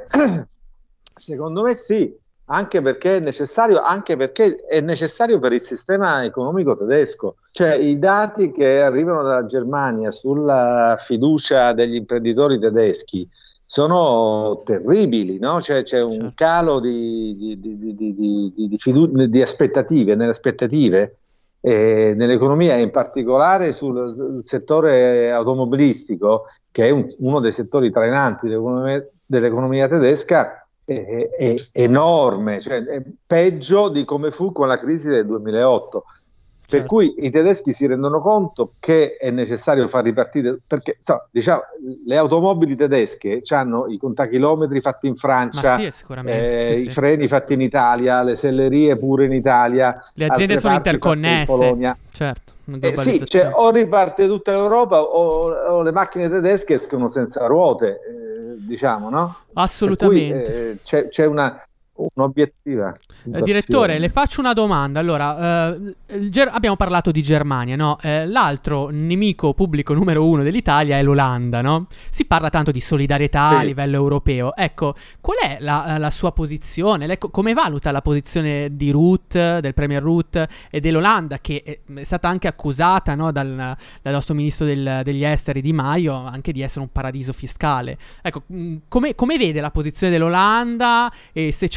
sì, anche perché è necessario per il sistema economico tedesco. Cioè i dati che arrivano dalla Germania sulla fiducia degli imprenditori tedeschi sono terribili, no? Cioè, c'è un calo di aspettative, nelle aspettative nell'economia, e in particolare sul settore automobilistico, che è uno dei settori trainanti dell'economia tedesca, è enorme, cioè è peggio di come fu con la crisi del 2008. Per cui i tedeschi si rendono conto che è necessario far ripartire, perché diciamo, le automobili tedesche hanno i contachilometri fatti in Francia, i freni fatti in Italia, le sellerie pure in Italia, le aziende sono interconnesse, in Polonia. Certo, sì, cioè, o riparte tutta l'Europa o le macchine tedesche escono senza ruote, diciamo, no? Assolutamente. Per cui, c'è un'obiettiva. Direttore, le faccio una domanda. Allora, abbiamo parlato di Germania, no? L'altro nemico pubblico numero 1 dell'Italia è l'Olanda, no? Si parla tanto di solidarietà a livello europeo. Ecco, qual è la sua posizione? Come valuta la posizione di Rutte, del Premier Rutte e dell'Olanda, che è stata anche accusata, no, dal nostro ministro degli esteri Di Maio anche di essere un paradiso fiscale? Ecco, come vede la posizione dell'Olanda, e se c'è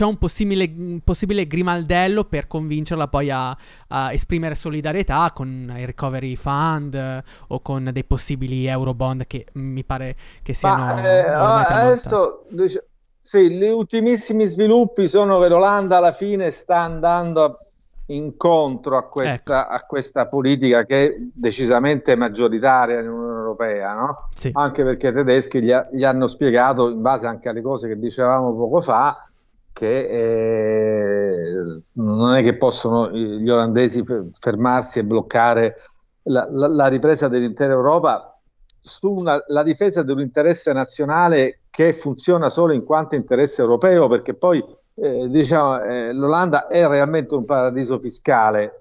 un possibile grimaldello per convincerla poi a esprimere solidarietà con i recovery fund o con dei possibili eurobond che mi pare che siano adesso sì, gli ultimissimi sviluppi sono che l'Olanda alla fine sta andando incontro a questa politica che è decisamente maggioritaria nell'Unione Europea, no? Sì. Anche perché i tedeschi gli hanno spiegato, in base anche alle cose che dicevamo poco fa, che non è che possono gli olandesi fermarsi e bloccare la ripresa dell'intera Europa la difesa di un interesse nazionale che funziona solo in quanto interesse europeo, perché poi l'Olanda è realmente un paradiso fiscale,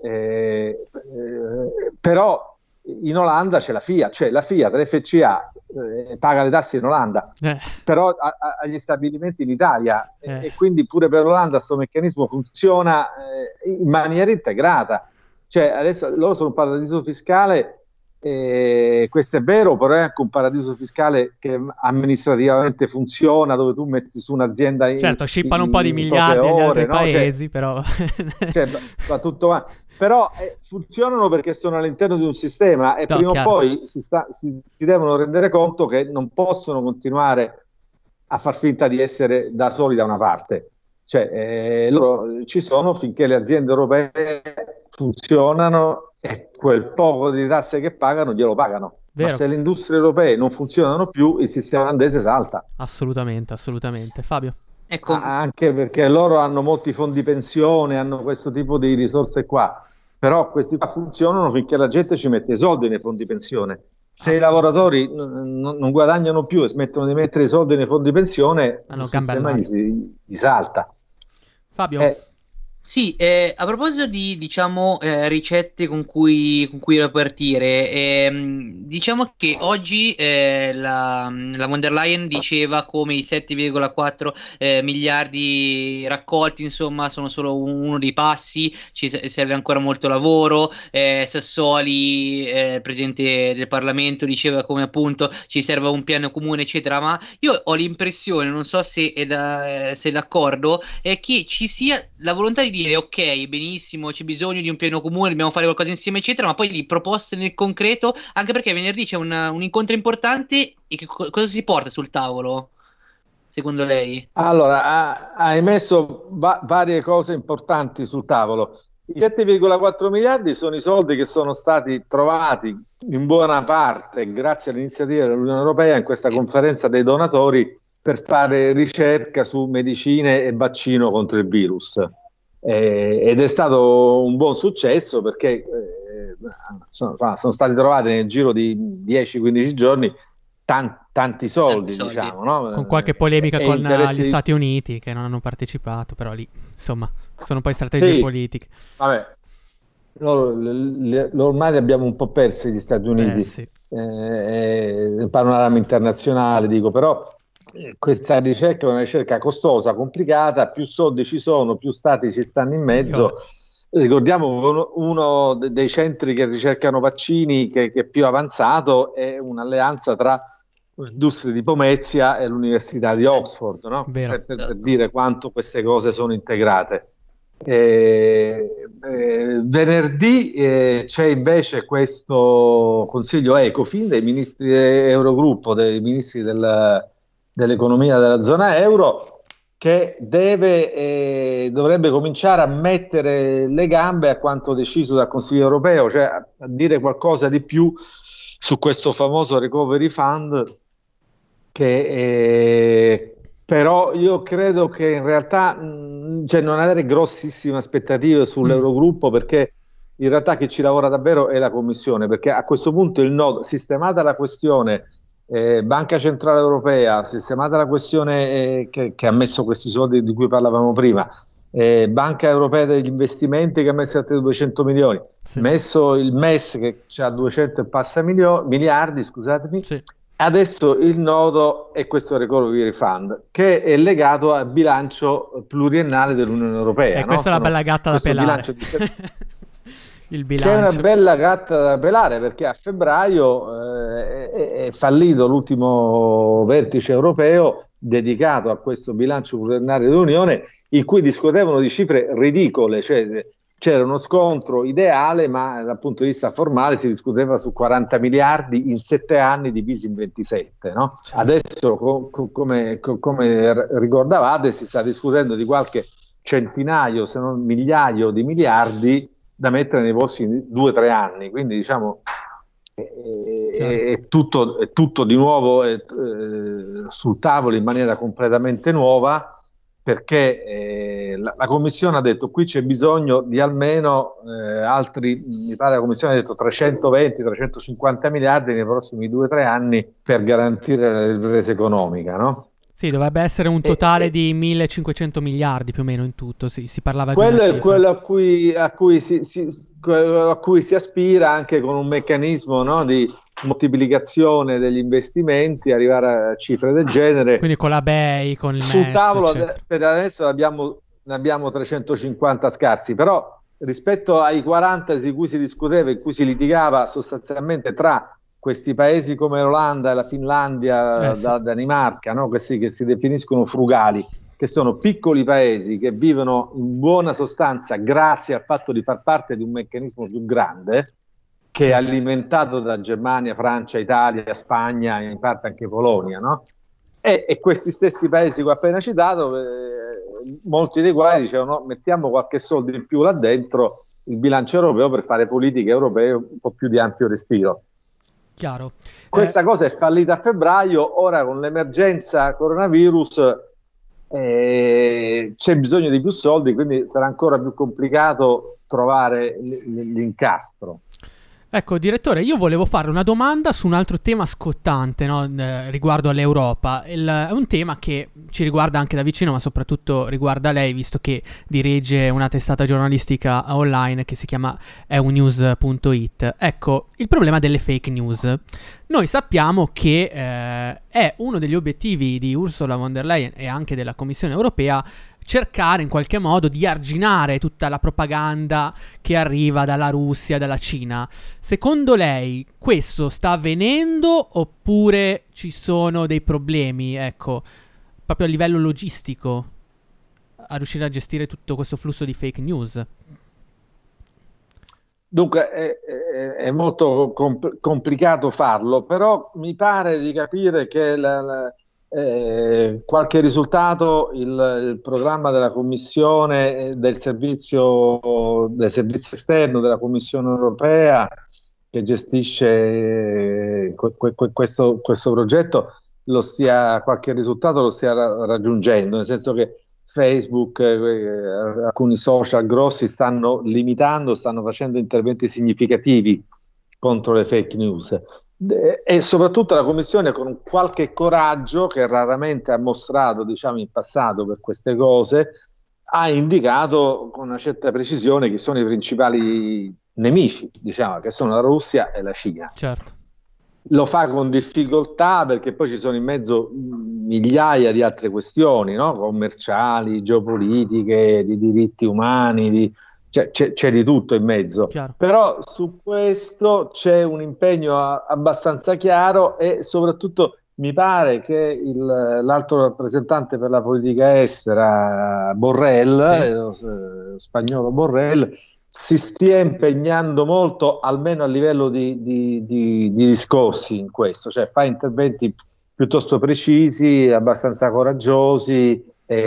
però in Olanda c'è la Fiat, cioè la Fiat, l'FCA paga le tasse in Olanda, però agli stabilimenti in Italia, e quindi pure per l'Olanda questo meccanismo funziona in maniera integrata. Cioè adesso loro sono un paradiso fiscale, questo è vero, però è anche un paradiso fiscale che amministrativamente funziona, dove tu metti su un'azienda certo, scippano un po' di miliardi agli altri paesi, però va tutto però funzionano perché sono all'interno di un sistema e prima o poi si devono rendere conto che non possono continuare a far finta di essere da soli da una parte. Cioè loro ci sono finché le aziende europee funzionano e quel poco di tasse che pagano glielo pagano. Vero. Ma se le industrie europee non funzionano più, il sistema olandese salta. Assolutamente. Fabio? Ecco. Anche perché loro hanno molti fondi pensione, hanno questo tipo di risorse qua, però questi qua funzionano finché la gente ci mette i soldi nei fondi pensione. Se i lavoratori non guadagnano più e smettono di mettere i soldi nei fondi pensione, il sistema gli salta. Fabio? Sì, a proposito di ricette con cui ripartire, diciamo che oggi la von der Leyen diceva come i 7,4 miliardi raccolti, insomma, sono solo uno dei passi, ci serve ancora molto lavoro. Sassoli, presidente del Parlamento, diceva come appunto ci serve un piano comune, eccetera, ma io ho l'impressione, non so se sei d'accordo, è che ci sia la volontà di dire ok, benissimo, c'è bisogno di un piano comune, dobbiamo fare qualcosa insieme, eccetera, ma poi di proposte nel concreto, anche perché venerdì c'è un incontro importante. E cosa si porta sul tavolo, secondo lei? Allora, hai messo varie cose importanti sul tavolo. I 7,4 miliardi sono i soldi che sono stati trovati in buona parte grazie all'iniziativa dell'Unione Europea in questa conferenza dei donatori per fare ricerca su medicine e vaccino contro il virus, ed è stato un buon successo perché sono stati trovati nel giro di 10-15 giorni tanti soldi, diciamo, no? Con qualche polemica con gli Stati Uniti che non hanno partecipato, però lì insomma sono poi strategie politiche. Vabbè, ormai li abbiamo un po' persi gli Stati Uniti, nel panorama internazionale, dico, però questa ricerca è una ricerca costosa, complicata, più soldi ci sono, più stati ci stanno in mezzo. Ricordiamo uno dei centri che ricercano vaccini che è più avanzato è un'alleanza tra l'industria di Pomezia e l'Università di Oxford, no? Per dire quanto queste cose sono integrate. Venerdì c'è invece questo Consiglio Ecofin dei ministri Eurogruppo, dei ministri dell'economia della zona euro, che dovrebbe cominciare a mettere le gambe a quanto deciso dal Consiglio europeo, cioè a dire qualcosa di più su questo famoso recovery fund, che però io credo che in realtà non avere grossissime aspettative sull'Eurogruppo, perché in realtà chi ci lavora davvero è la Commissione, perché a questo punto il nodo, sistemata la questione Banca Centrale Europea, sistemata la questione che ha messo questi soldi di cui parlavamo prima, Banca Europea degli Investimenti che ha messo altri 200 milioni, messo il MES che ha 200 e passa miliardi, scusatemi, adesso il nodo è questo recovery fund che è legato al bilancio pluriennale dell'Unione Europea. E questa è una bella gatta da pelare. Il bilancio. Che è una bella gatta da pelare, perché a febbraio è fallito l'ultimo vertice europeo dedicato a questo bilancio pluriennale dell'Unione, in cui discutevano di cifre ridicole, cioè c'era uno scontro ideale, ma dal punto di vista formale si discuteva su 40 miliardi in 7 anni divisi in 27. No? Adesso, come ricordavate, si sta discutendo di qualche centinaio, se non migliaio di miliardi da mettere nei prossimi 2-3 anni. Quindi diciamo è tutto di nuovo sul tavolo in maniera completamente nuova, perché la Commissione ha detto qui c'è bisogno di almeno altri, mi pare la Commissione ha detto 320-350 miliardi nei prossimi 2-3 anni per garantire la ripresa economica, no? Sì, dovrebbe essere un totale di 1500 miliardi più o meno in tutto, sì, si parlava di una quello cifra. è quello a cui si aspira, anche con un meccanismo, no, di moltiplicazione degli investimenti, arrivare a cifre del genere. Quindi con la BEI, con il sul MES, tavolo eccetera. per adesso ne abbiamo 350 scarsi, però rispetto ai 40 di cui si discuteva, in cui si litigava sostanzialmente tra questi paesi come l'Olanda e la Finlandia, la Danimarca, no? che si definiscono frugali, che sono piccoli paesi che vivono in buona sostanza grazie al fatto di far parte di un meccanismo più grande, che è alimentato da Germania, Francia, Italia, Spagna e in parte anche Polonia, no? E questi stessi paesi che ho appena citato, molti dei quali dicevano: mettiamo qualche soldo in più là dentro il bilancio europeo per fare politiche europee un po' più di ampio respiro. Chiaro. Questa cosa è fallita a febbraio, ora con l'emergenza coronavirus c'è bisogno di più soldi, quindi sarà ancora più complicato trovare l'incastro. Ecco, direttore, io volevo fare una domanda su un altro tema scottante, no? Riguardo all'Europa. È un tema che ci riguarda anche da vicino, ma soprattutto riguarda lei, visto che dirige una testata giornalistica online che si chiama eunews.it. Ecco, il problema delle fake news. Noi sappiamo che è uno degli obiettivi di Ursula von der Leyen e anche della Commissione europea cercare in qualche modo di arginare tutta la propaganda che arriva dalla Russia, dalla Cina. Secondo lei questo sta avvenendo oppure ci sono dei problemi, ecco, proprio a livello logistico, a riuscire a gestire tutto questo flusso di fake news? Dunque è molto complicato farlo, però mi pare di capire che qualche risultato il programma della Commissione, del servizio esterno della Commissione europea che gestisce questo progetto qualche risultato lo stia raggiungendo, nel senso che Facebook, alcuni social grossi stanno facendo interventi significativi contro le fake news. E soprattutto la Commissione, con qualche coraggio che raramente ha mostrato, diciamo, in passato per queste cose, ha indicato con una certa precisione chi sono i principali nemici, diciamo, che sono la Russia e la Cina. Certo. Lo fa con difficoltà perché poi ci sono in mezzo migliaia di altre questioni, no? Commerciali, geopolitiche, di diritti umani, c'è di tutto in mezzo. Chiaro. Però su questo c'è un impegno abbastanza chiaro e soprattutto mi pare che l'altro rappresentante per la politica estera, Borrell, spagnolo Borrell, si stia impegnando molto, almeno a livello di discorsi in questo, cioè fa interventi piuttosto precisi, abbastanza coraggiosi,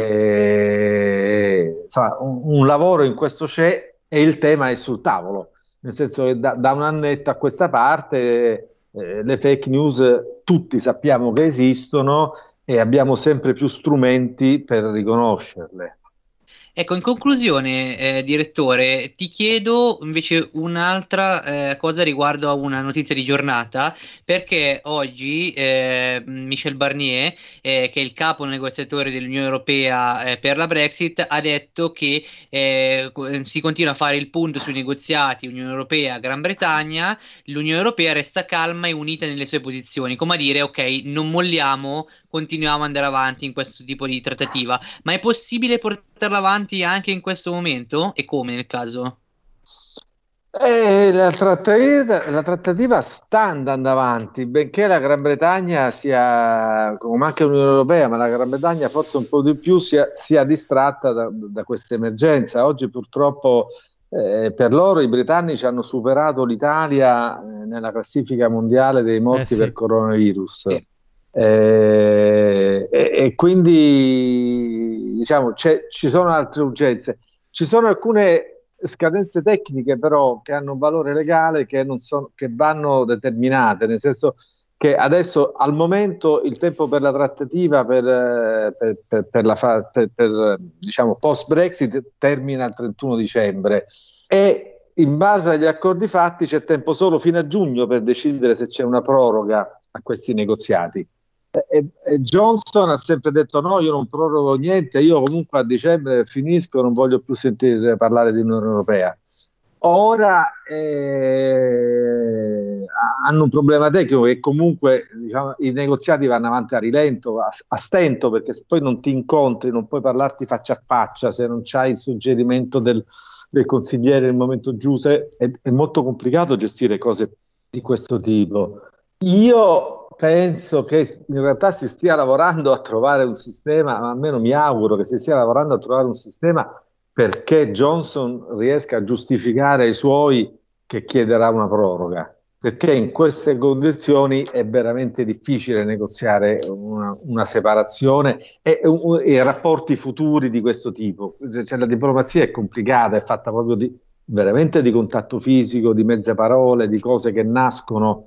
insomma, un lavoro in questo c'è e il tema è sul tavolo, nel senso che da un annetto a questa parte le fake news tutti sappiamo che esistono e abbiamo sempre più strumenti per riconoscerle. Ecco, in conclusione, direttore, ti chiedo invece un'altra cosa riguardo a una notizia di giornata, perché oggi Michel Barnier, che è il capo negoziatore dell'Unione Europea per la Brexit, ha detto che si continua a fare il punto sui negoziati Unione Europea-Gran Bretagna, l'Unione Europea resta calma e unita nelle sue posizioni, come a dire, ok, non molliamo, continuiamo ad andare avanti in questo tipo di trattativa, ma è possibile portarla avanti anche in questo momento? E come nel caso? La trattativa sta andando avanti, benché la Gran Bretagna sia, come anche l'Unione Europea, ma la Gran Bretagna forse un po' di più sia distratta da questa emergenza. Oggi purtroppo per loro i britannici hanno superato l'Italia nella classifica mondiale dei morti per coronavirus. Sì. E quindi diciamo ci sono altre urgenze, ci sono alcune scadenze tecniche però che hanno un valore legale che vanno determinate, nel senso che adesso al momento il tempo per la trattativa per diciamo post Brexit termina il 31 dicembre e in base agli accordi fatti c'è tempo solo fino a giugno per decidere se c'è una proroga a questi negoziati. E Johnson ha sempre detto no, io non prorogo niente, io comunque a dicembre finisco, non voglio più sentire parlare di Unione Europea. Ora hanno un problema tecnico che comunque diciamo, i negoziati vanno avanti a rilento, a stento, perché se poi non ti incontri, non puoi parlarti faccia a faccia, se non c'hai il suggerimento del consigliere nel momento giusto, è molto complicato gestire cose di questo tipo. Io penso che in realtà si stia lavorando a trovare un sistema, ma almeno mi auguro che si stia lavorando a trovare un sistema perché Johnson riesca a giustificare ai suoi che chiederà una proroga, perché in queste condizioni è veramente difficile negoziare una separazione e rapporti futuri di questo tipo. Cioè, la diplomazia è complicata, è fatta proprio veramente di contatto fisico, di mezze parole, di cose che nascono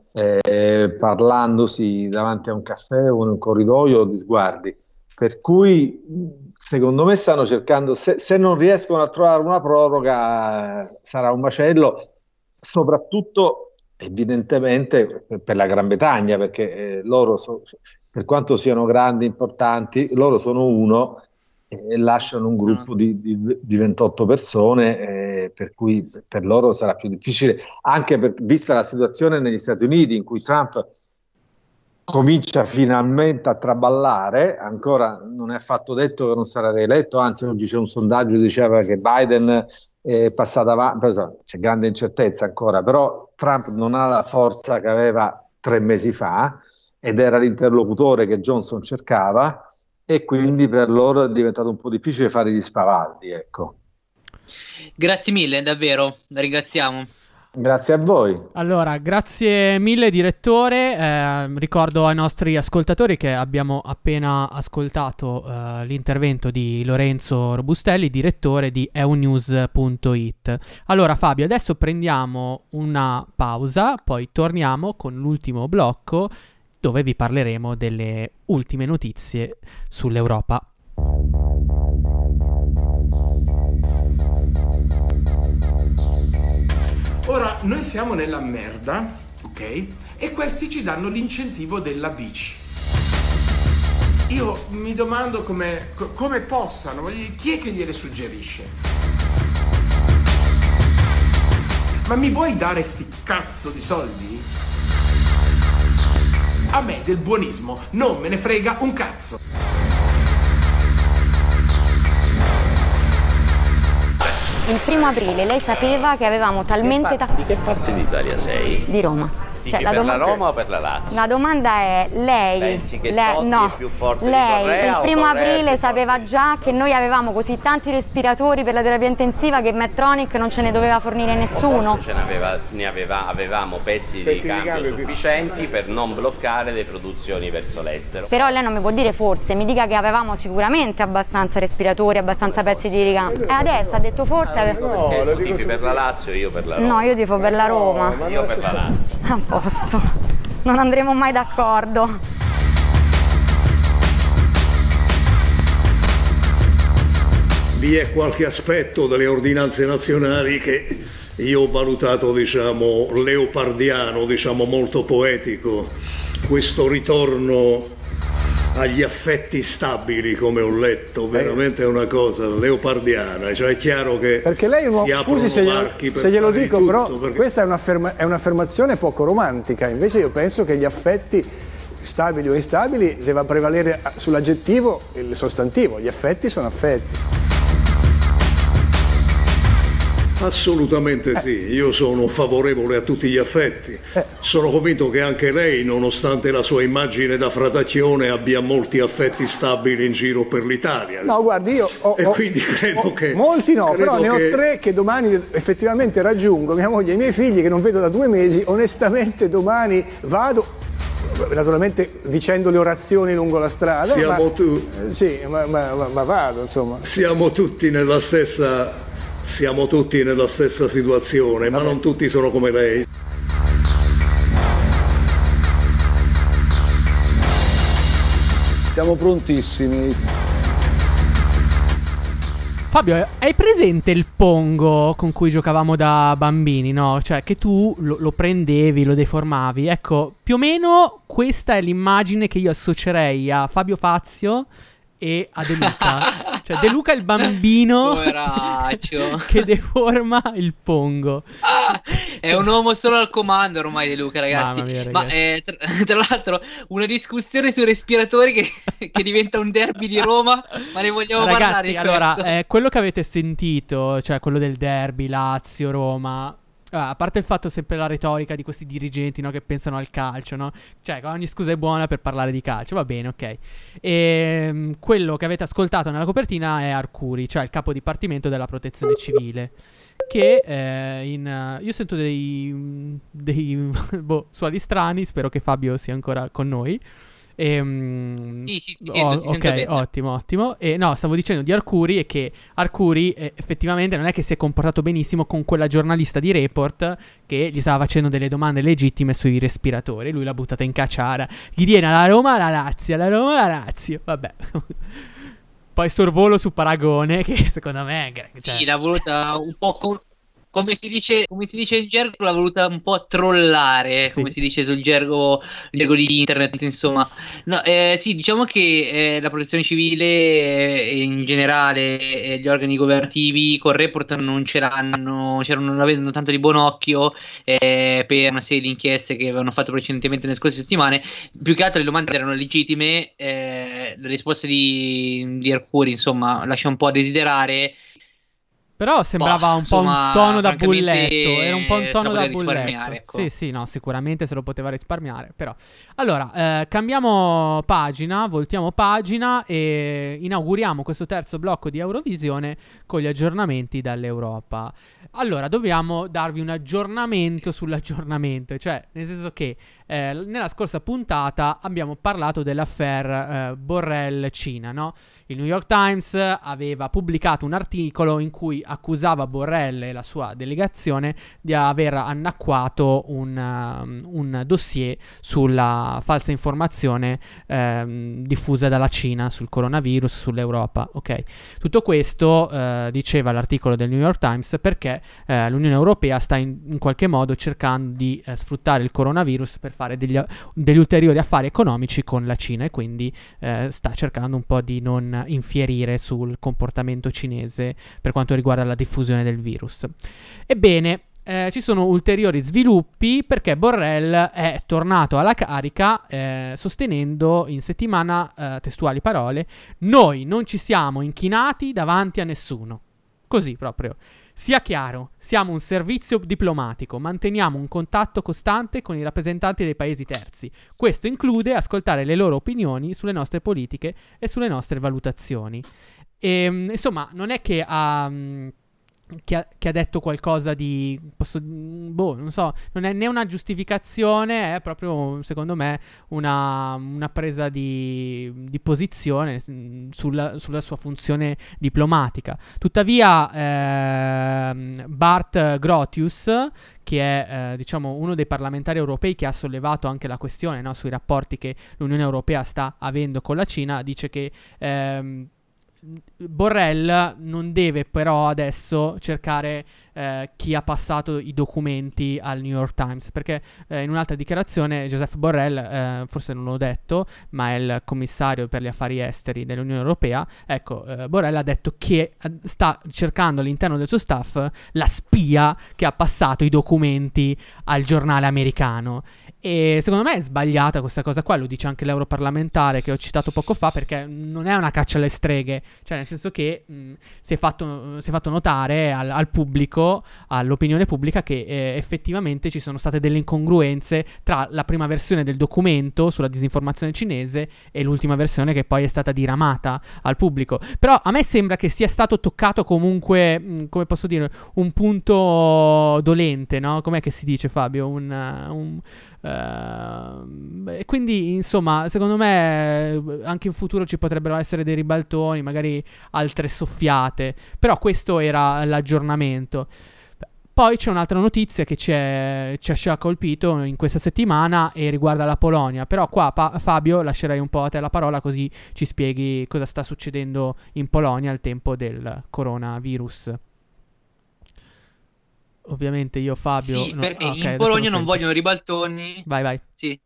parlandosi davanti a un caffè o in un corridoio o di sguardi, per cui secondo me stanno cercando, se non riescono a trovare una proroga sarà un macello, soprattutto evidentemente per la Gran Bretagna, perché loro per quanto siano grandi, importanti, loro sono uno e lasciano un gruppo di 28 persone, per cui per loro sarà più difficile, anche vista la situazione negli Stati Uniti in cui Trump comincia finalmente a traballare, ancora non è affatto detto che non sarà rieletto, anzi oggi c'è un sondaggio che diceva che Biden è passato avanti, c'è grande incertezza ancora, però Trump non ha la forza che aveva 3 mesi fa ed era l'interlocutore che Johnson cercava, e quindi per loro è diventato un po' difficile fare gli spavaldi, ecco. Grazie mille, davvero, la ringraziamo. Grazie a voi. Allora, grazie mille direttore, ricordo ai nostri ascoltatori che abbiamo appena ascoltato l'intervento di Lorenzo Robustelli, direttore di eunews.it. Allora Fabio, adesso prendiamo una pausa, poi torniamo con l'ultimo blocco dove vi parleremo delle ultime notizie sull'Europa. Ora, noi siamo nella merda, ok? E questi ci danno l'incentivo della bici. Io mi domando come possano, chi è che gliele suggerisce? Ma mi vuoi dare sti cazzo di soldi? A me del buonismo non me ne frega un cazzo. Il 1° aprile lei sapeva che avevamo talmente... Di che parte d'Italia sei? Di Roma. Cioè, per la Roma o per la Lazio? La domanda è, lei... Pensi che Totti è più forte lei, di Correa? Il 1° aprile sapeva già che noi avevamo così tanti respiratori per la terapia intensiva che Medtronic non ce ne doveva fornire nessuno? Forse avevamo pezzi di cambio sufficienti per non bloccare le produzioni verso l'estero. Però lei non mi può dire forse, mi dica che avevamo sicuramente abbastanza respiratori, abbastanza pezzi di ricambio. E adesso ha detto forse... No, tu tifi per la Lazio e io per la Roma. No, io tifo per la Roma. Io per la Lazio. Non andremo mai d'accordo. Vi è qualche aspetto delle ordinanze nazionali che io ho valutato, diciamo, leopardiano, diciamo molto poetico, questo ritorno agli affetti stabili, come ho letto, veramente è una cosa leopardiana, cioè è chiaro che perché lei scusi se glielo dico, tutto, però perché... questa è un'affermazione poco romantica, invece io penso che gli affetti stabili o instabili debba prevalere sull'aggettivo il sostantivo, gli affetti sono affetti. Assolutamente sì, io sono favorevole a tutti gli affetti. Sono convinto che anche lei, nonostante la sua immagine da fratacchione, abbia molti affetti stabili in giro per l'Italia. No, guardi, io quindi credo che... Molti no, però ne ho 3 che domani effettivamente raggiungo, mia moglie e i miei figli che non vedo da 2 mesi, onestamente domani vado, naturalmente dicendo le orazioni lungo la strada, ma vado, insomma. Siamo tutti nella stessa situazione, ma non tutti sono come lei. Siamo prontissimi. Fabio, hai presente il pongo con cui giocavamo da bambini, no? Cioè che tu lo prendevi, lo deformavi. Ecco, più o meno questa è l'immagine che io associerei a Fabio Fazio e a De Luca. Cioè De Luca è il bambino che deforma il pongo. È un uomo solo al comando ormai De Luca, ragazzi. Mamma mia, ragazzi. Ma tra l'altro una discussione sui respiratori che diventa un derby di Roma, ma ne vogliamo parlare di allora, quello che avete sentito, cioè quello del derby Lazio Roma, a parte il fatto sempre la retorica di questi dirigenti, no, che pensano al calcio, no? Cioè ogni scusa è buona per parlare di calcio, va bene, ok. E quello che avete ascoltato nella copertina è Arcuri, cioè il capo dipartimento della protezione civile, che io sento dei suoni strani, strani, spero che Fabio sia ancora con noi. Sì, ok, ottimo. E no, stavo dicendo di Arcuri e che Arcuri effettivamente non è che si è comportato benissimo con quella giornalista di Report che gli stava facendo delle domande legittime sui respiratori. Lui l'ha buttata in cacciara. Chi viene alla Roma, alla Lazio, alla Roma, alla Lazio. Vabbè. Poi sorvolo su Paragone, che secondo me sì, l'ha voluta un po' come si dice in gergo, l'ha voluta un po' trollare, come si dice sul gergo di internet, insomma. No, sì, diciamo che la protezione civile in generale gli organi governativi con Report non non avevano tanto di buon occhio per una serie di inchieste che avevano fatto precedentemente nelle scorse settimane. Più che altro le domande erano legittime, la risposta di Arcuri, insomma, lascia un po' a desiderare. Però sembrava un po' un tono da bulletto. Era un po' un tono da bulletto. Ecco. Sì, no, sicuramente se lo poteva risparmiare. Però allora, cambiamo pagina, voltiamo pagina e inauguriamo questo terzo blocco di Eurovisione con gli aggiornamenti dall'Europa. Allora, dobbiamo darvi un aggiornamento sull'aggiornamento, cioè nel senso che nella scorsa puntata abbiamo parlato dell'affaire Borrell-Cina, no? Il New York Times aveva pubblicato un articolo in cui accusava Borrell e la sua delegazione di aver annacquato un dossier sulla falsa informazione diffusa dalla Cina sul coronavirus, sull'Europa, ok? Tutto questo diceva l'articolo del New York Times perché l'Unione Europea sta in qualche modo cercando di sfruttare il coronavirus per fare degli ulteriori affari economici con la Cina e quindi sta cercando un po' di non infierire sul comportamento cinese per quanto riguarda la diffusione del virus. Ebbene, ci sono ulteriori sviluppi perché Borrell è tornato alla carica sostenendo in settimana, testuali parole, noi non ci siamo inchinati davanti a nessuno. Così proprio. Sia chiaro, siamo un servizio diplomatico, manteniamo un contatto costante con i rappresentanti dei paesi terzi. Questo include ascoltare le loro opinioni sulle nostre politiche e sulle nostre valutazioni. E, insomma, non è che ha detto qualcosa di non so, non è né una giustificazione, è proprio secondo me una presa di posizione sulla sua funzione diplomatica. Tuttavia Bart Grotius, che è diciamo uno dei parlamentari europei che ha sollevato anche la questione, no, sui rapporti che l'Unione Europea sta avendo con la Cina, dice che Borrell non deve però adesso cercare chi ha passato i documenti al New York Times, perché in un'altra dichiarazione Joseph Borrell, forse non l'ho detto, ma è il commissario per gli affari esteri dell'Unione Europea, ecco, Borrell ha detto che sta cercando all'interno del suo staff la spia che ha passato i documenti al giornale americano. E secondo me è sbagliata questa cosa qua, lo dice anche l'europarlamentare che ho citato poco fa, perché non è una caccia alle streghe, cioè nel senso che si è fatto notare al pubblico capito all'opinione pubblica che effettivamente ci sono state delle incongruenze tra la prima versione del documento sulla disinformazione cinese e l'ultima versione che poi è stata diramata al pubblico. Però a me sembra che sia stato toccato comunque, come posso dire, un punto dolente, no? Com'è che si dice, Fabio? Quindi insomma, secondo me anche in futuro ci potrebbero essere dei ribaltoni, magari altre soffiate, però questo era l'aggiornamento. Poi c'è un'altra notizia che ci ha colpito in questa settimana e riguarda la Polonia, però qua Fabio lascerei un po' a te la parola, così ci spieghi cosa sta succedendo in Polonia al tempo del coronavirus. Ovviamente io, Fabio... Sì, perché in Polonia non vogliono ribaltoni. Vai.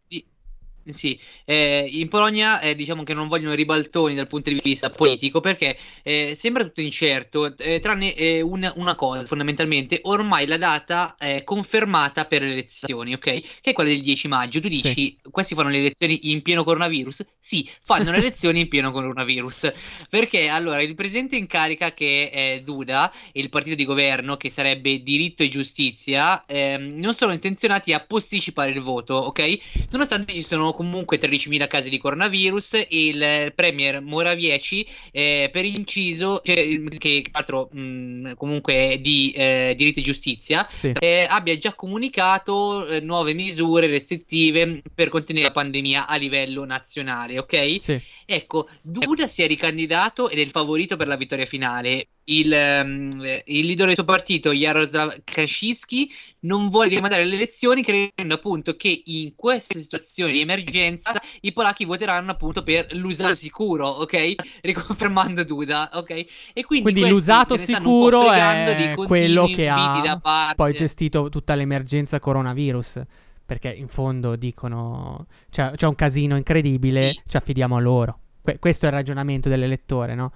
Sì, in Polonia diciamo che non vogliono ribaltoni dal punto di vista politico, perché sembra tutto incerto, tranne una cosa fondamentalmente: ormai la data è confermata per le elezioni, ok? Che è quella del 10 maggio. Tu dici, questi fanno le elezioni in pieno coronavirus? Sì, fanno le elezioni in pieno coronavirus, perché allora il presidente in carica, che è Duda, e il partito di governo, che sarebbe Diritto e Giustizia, non sono intenzionati a posticipare il voto, ok? Nonostante ci sono comunque 13.000 casi di coronavirus, e il premier Morawiecki, per inciso, che tra l'altro comunque è di Diritto e Giustizia, abbia già comunicato nuove misure restrittive per contenere la pandemia a livello nazionale, ok? Ecco, Duda si è ricandidato ed è il favorito per la vittoria finale. Il leader del suo partito, Jarosław Kaczyński, non vuole rimandare le elezioni, credendo appunto che in queste situazioni di emergenza i polacchi voteranno appunto per l'usato sicuro, ok? Riconfermando Duda, ok? E quindi l'usato sicuro è quello che ha poi gestito tutta l'emergenza coronavirus, perché in fondo dicono c'è un casino incredibile, ci affidiamo a loro. Questo è il ragionamento dell'elettore, no?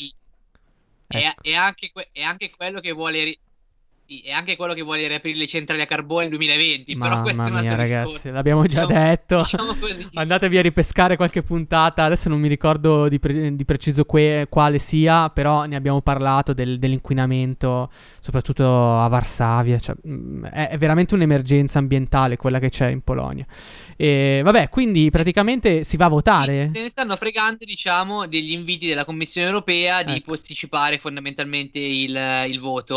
Ecco. È anche quello che vuole è anche quello che vuole riaprire le centrali a carbone nel 2020. Però questo è un altro ragazzi, discorso. l'abbiamo già detto. Diciamo così. Andatevi a ripescare qualche puntata. Adesso non mi ricordo di preciso quale sia, però ne abbiamo parlato dell'inquinamento, soprattutto a Varsavia. Cioè, è veramente un'emergenza ambientale quella che c'è in Polonia. E vabbè, quindi praticamente si va a votare. Se ne stanno fregando, diciamo, degli inviti della Commissione Europea di posticipare fondamentalmente il voto.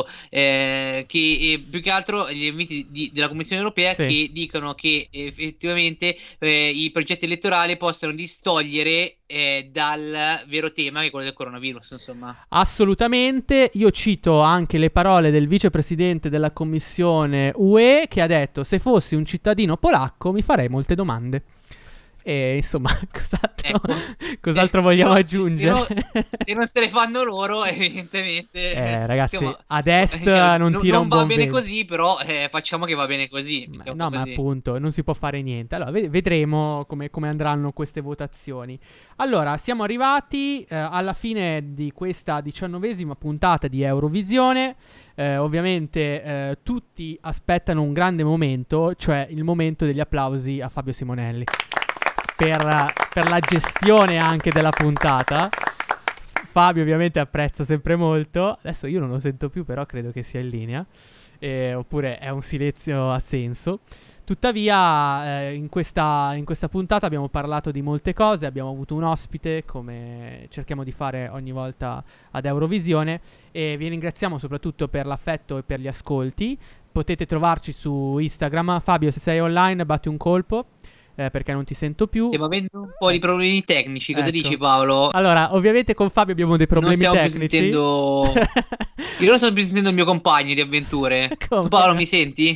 Che più che altro gli inviti della Commissione Europea che dicono che effettivamente i progetti elettorali possono distogliere dal vero tema, che è quello del coronavirus, insomma. Assolutamente. Io cito anche le parole del vicepresidente della Commissione UE, che ha detto: se fossi un cittadino polacco mi farei molte domande. E insomma, cos'altro vogliamo aggiungere? Se non se le fanno loro, evidentemente. Ragazzi, ad est non tira un buon vento. Non va bene così, però facciamo che va bene così. Ma appunto, non si può fare niente. Allora, vedremo come andranno queste votazioni. Allora, siamo arrivati alla fine di questa 19ª puntata di Eurovisione. Ovviamente tutti aspettano un grande momento, cioè il momento degli applausi a Fabio Simonelli. Per la gestione anche della puntata. Fabio ovviamente apprezza sempre molto. Adesso io non lo sento più, però credo che sia in linea, oppure è un silenzio a senso. Tuttavia in questa puntata abbiamo parlato di molte cose, abbiamo avuto un ospite, come cerchiamo di fare ogni volta ad Eurovisione, e vi ringraziamo soprattutto per l'affetto e per gli ascolti. Potete trovarci su Instagram. Fabio, se sei online, batti un colpo. Perché non ti sento più. Stiamo avendo un po' di problemi tecnici. Cosa dici, Paolo? Allora, ovviamente con Fabio abbiamo dei problemi tecnici. Io non sto più sentendo il mio compagno di avventure. Tu, Paolo, mi senti?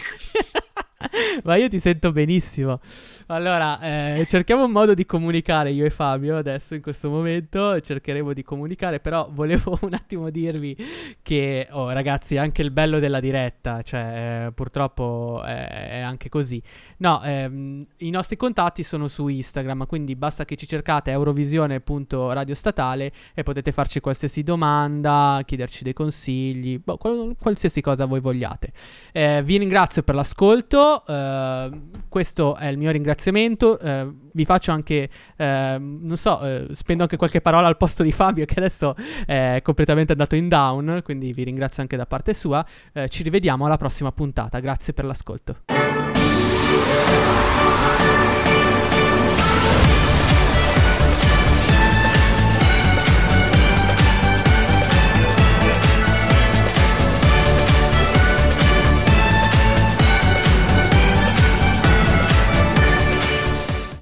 Ma io ti sento benissimo. Allora, cerchiamo un modo di comunicare io e Fabio adesso, in questo momento cercheremo di comunicare, però volevo un attimo dirvi che, ragazzi, anche il bello della diretta, cioè purtroppo è anche così. No, i nostri contatti sono su Instagram, quindi basta che ci cercate eurovisione.radiostatale e potete farci qualsiasi domanda, chiederci dei consigli, qualsiasi cosa voi vogliate. Vi ringrazio per l'ascolto. saluto, questo è il mio ringraziamento, vi faccio anche, non so, spendo anche qualche parola al posto di Fabio che adesso è completamente andato in down, quindi vi ringrazio anche da parte sua. Ci rivediamo alla prossima puntata, grazie per l'ascolto.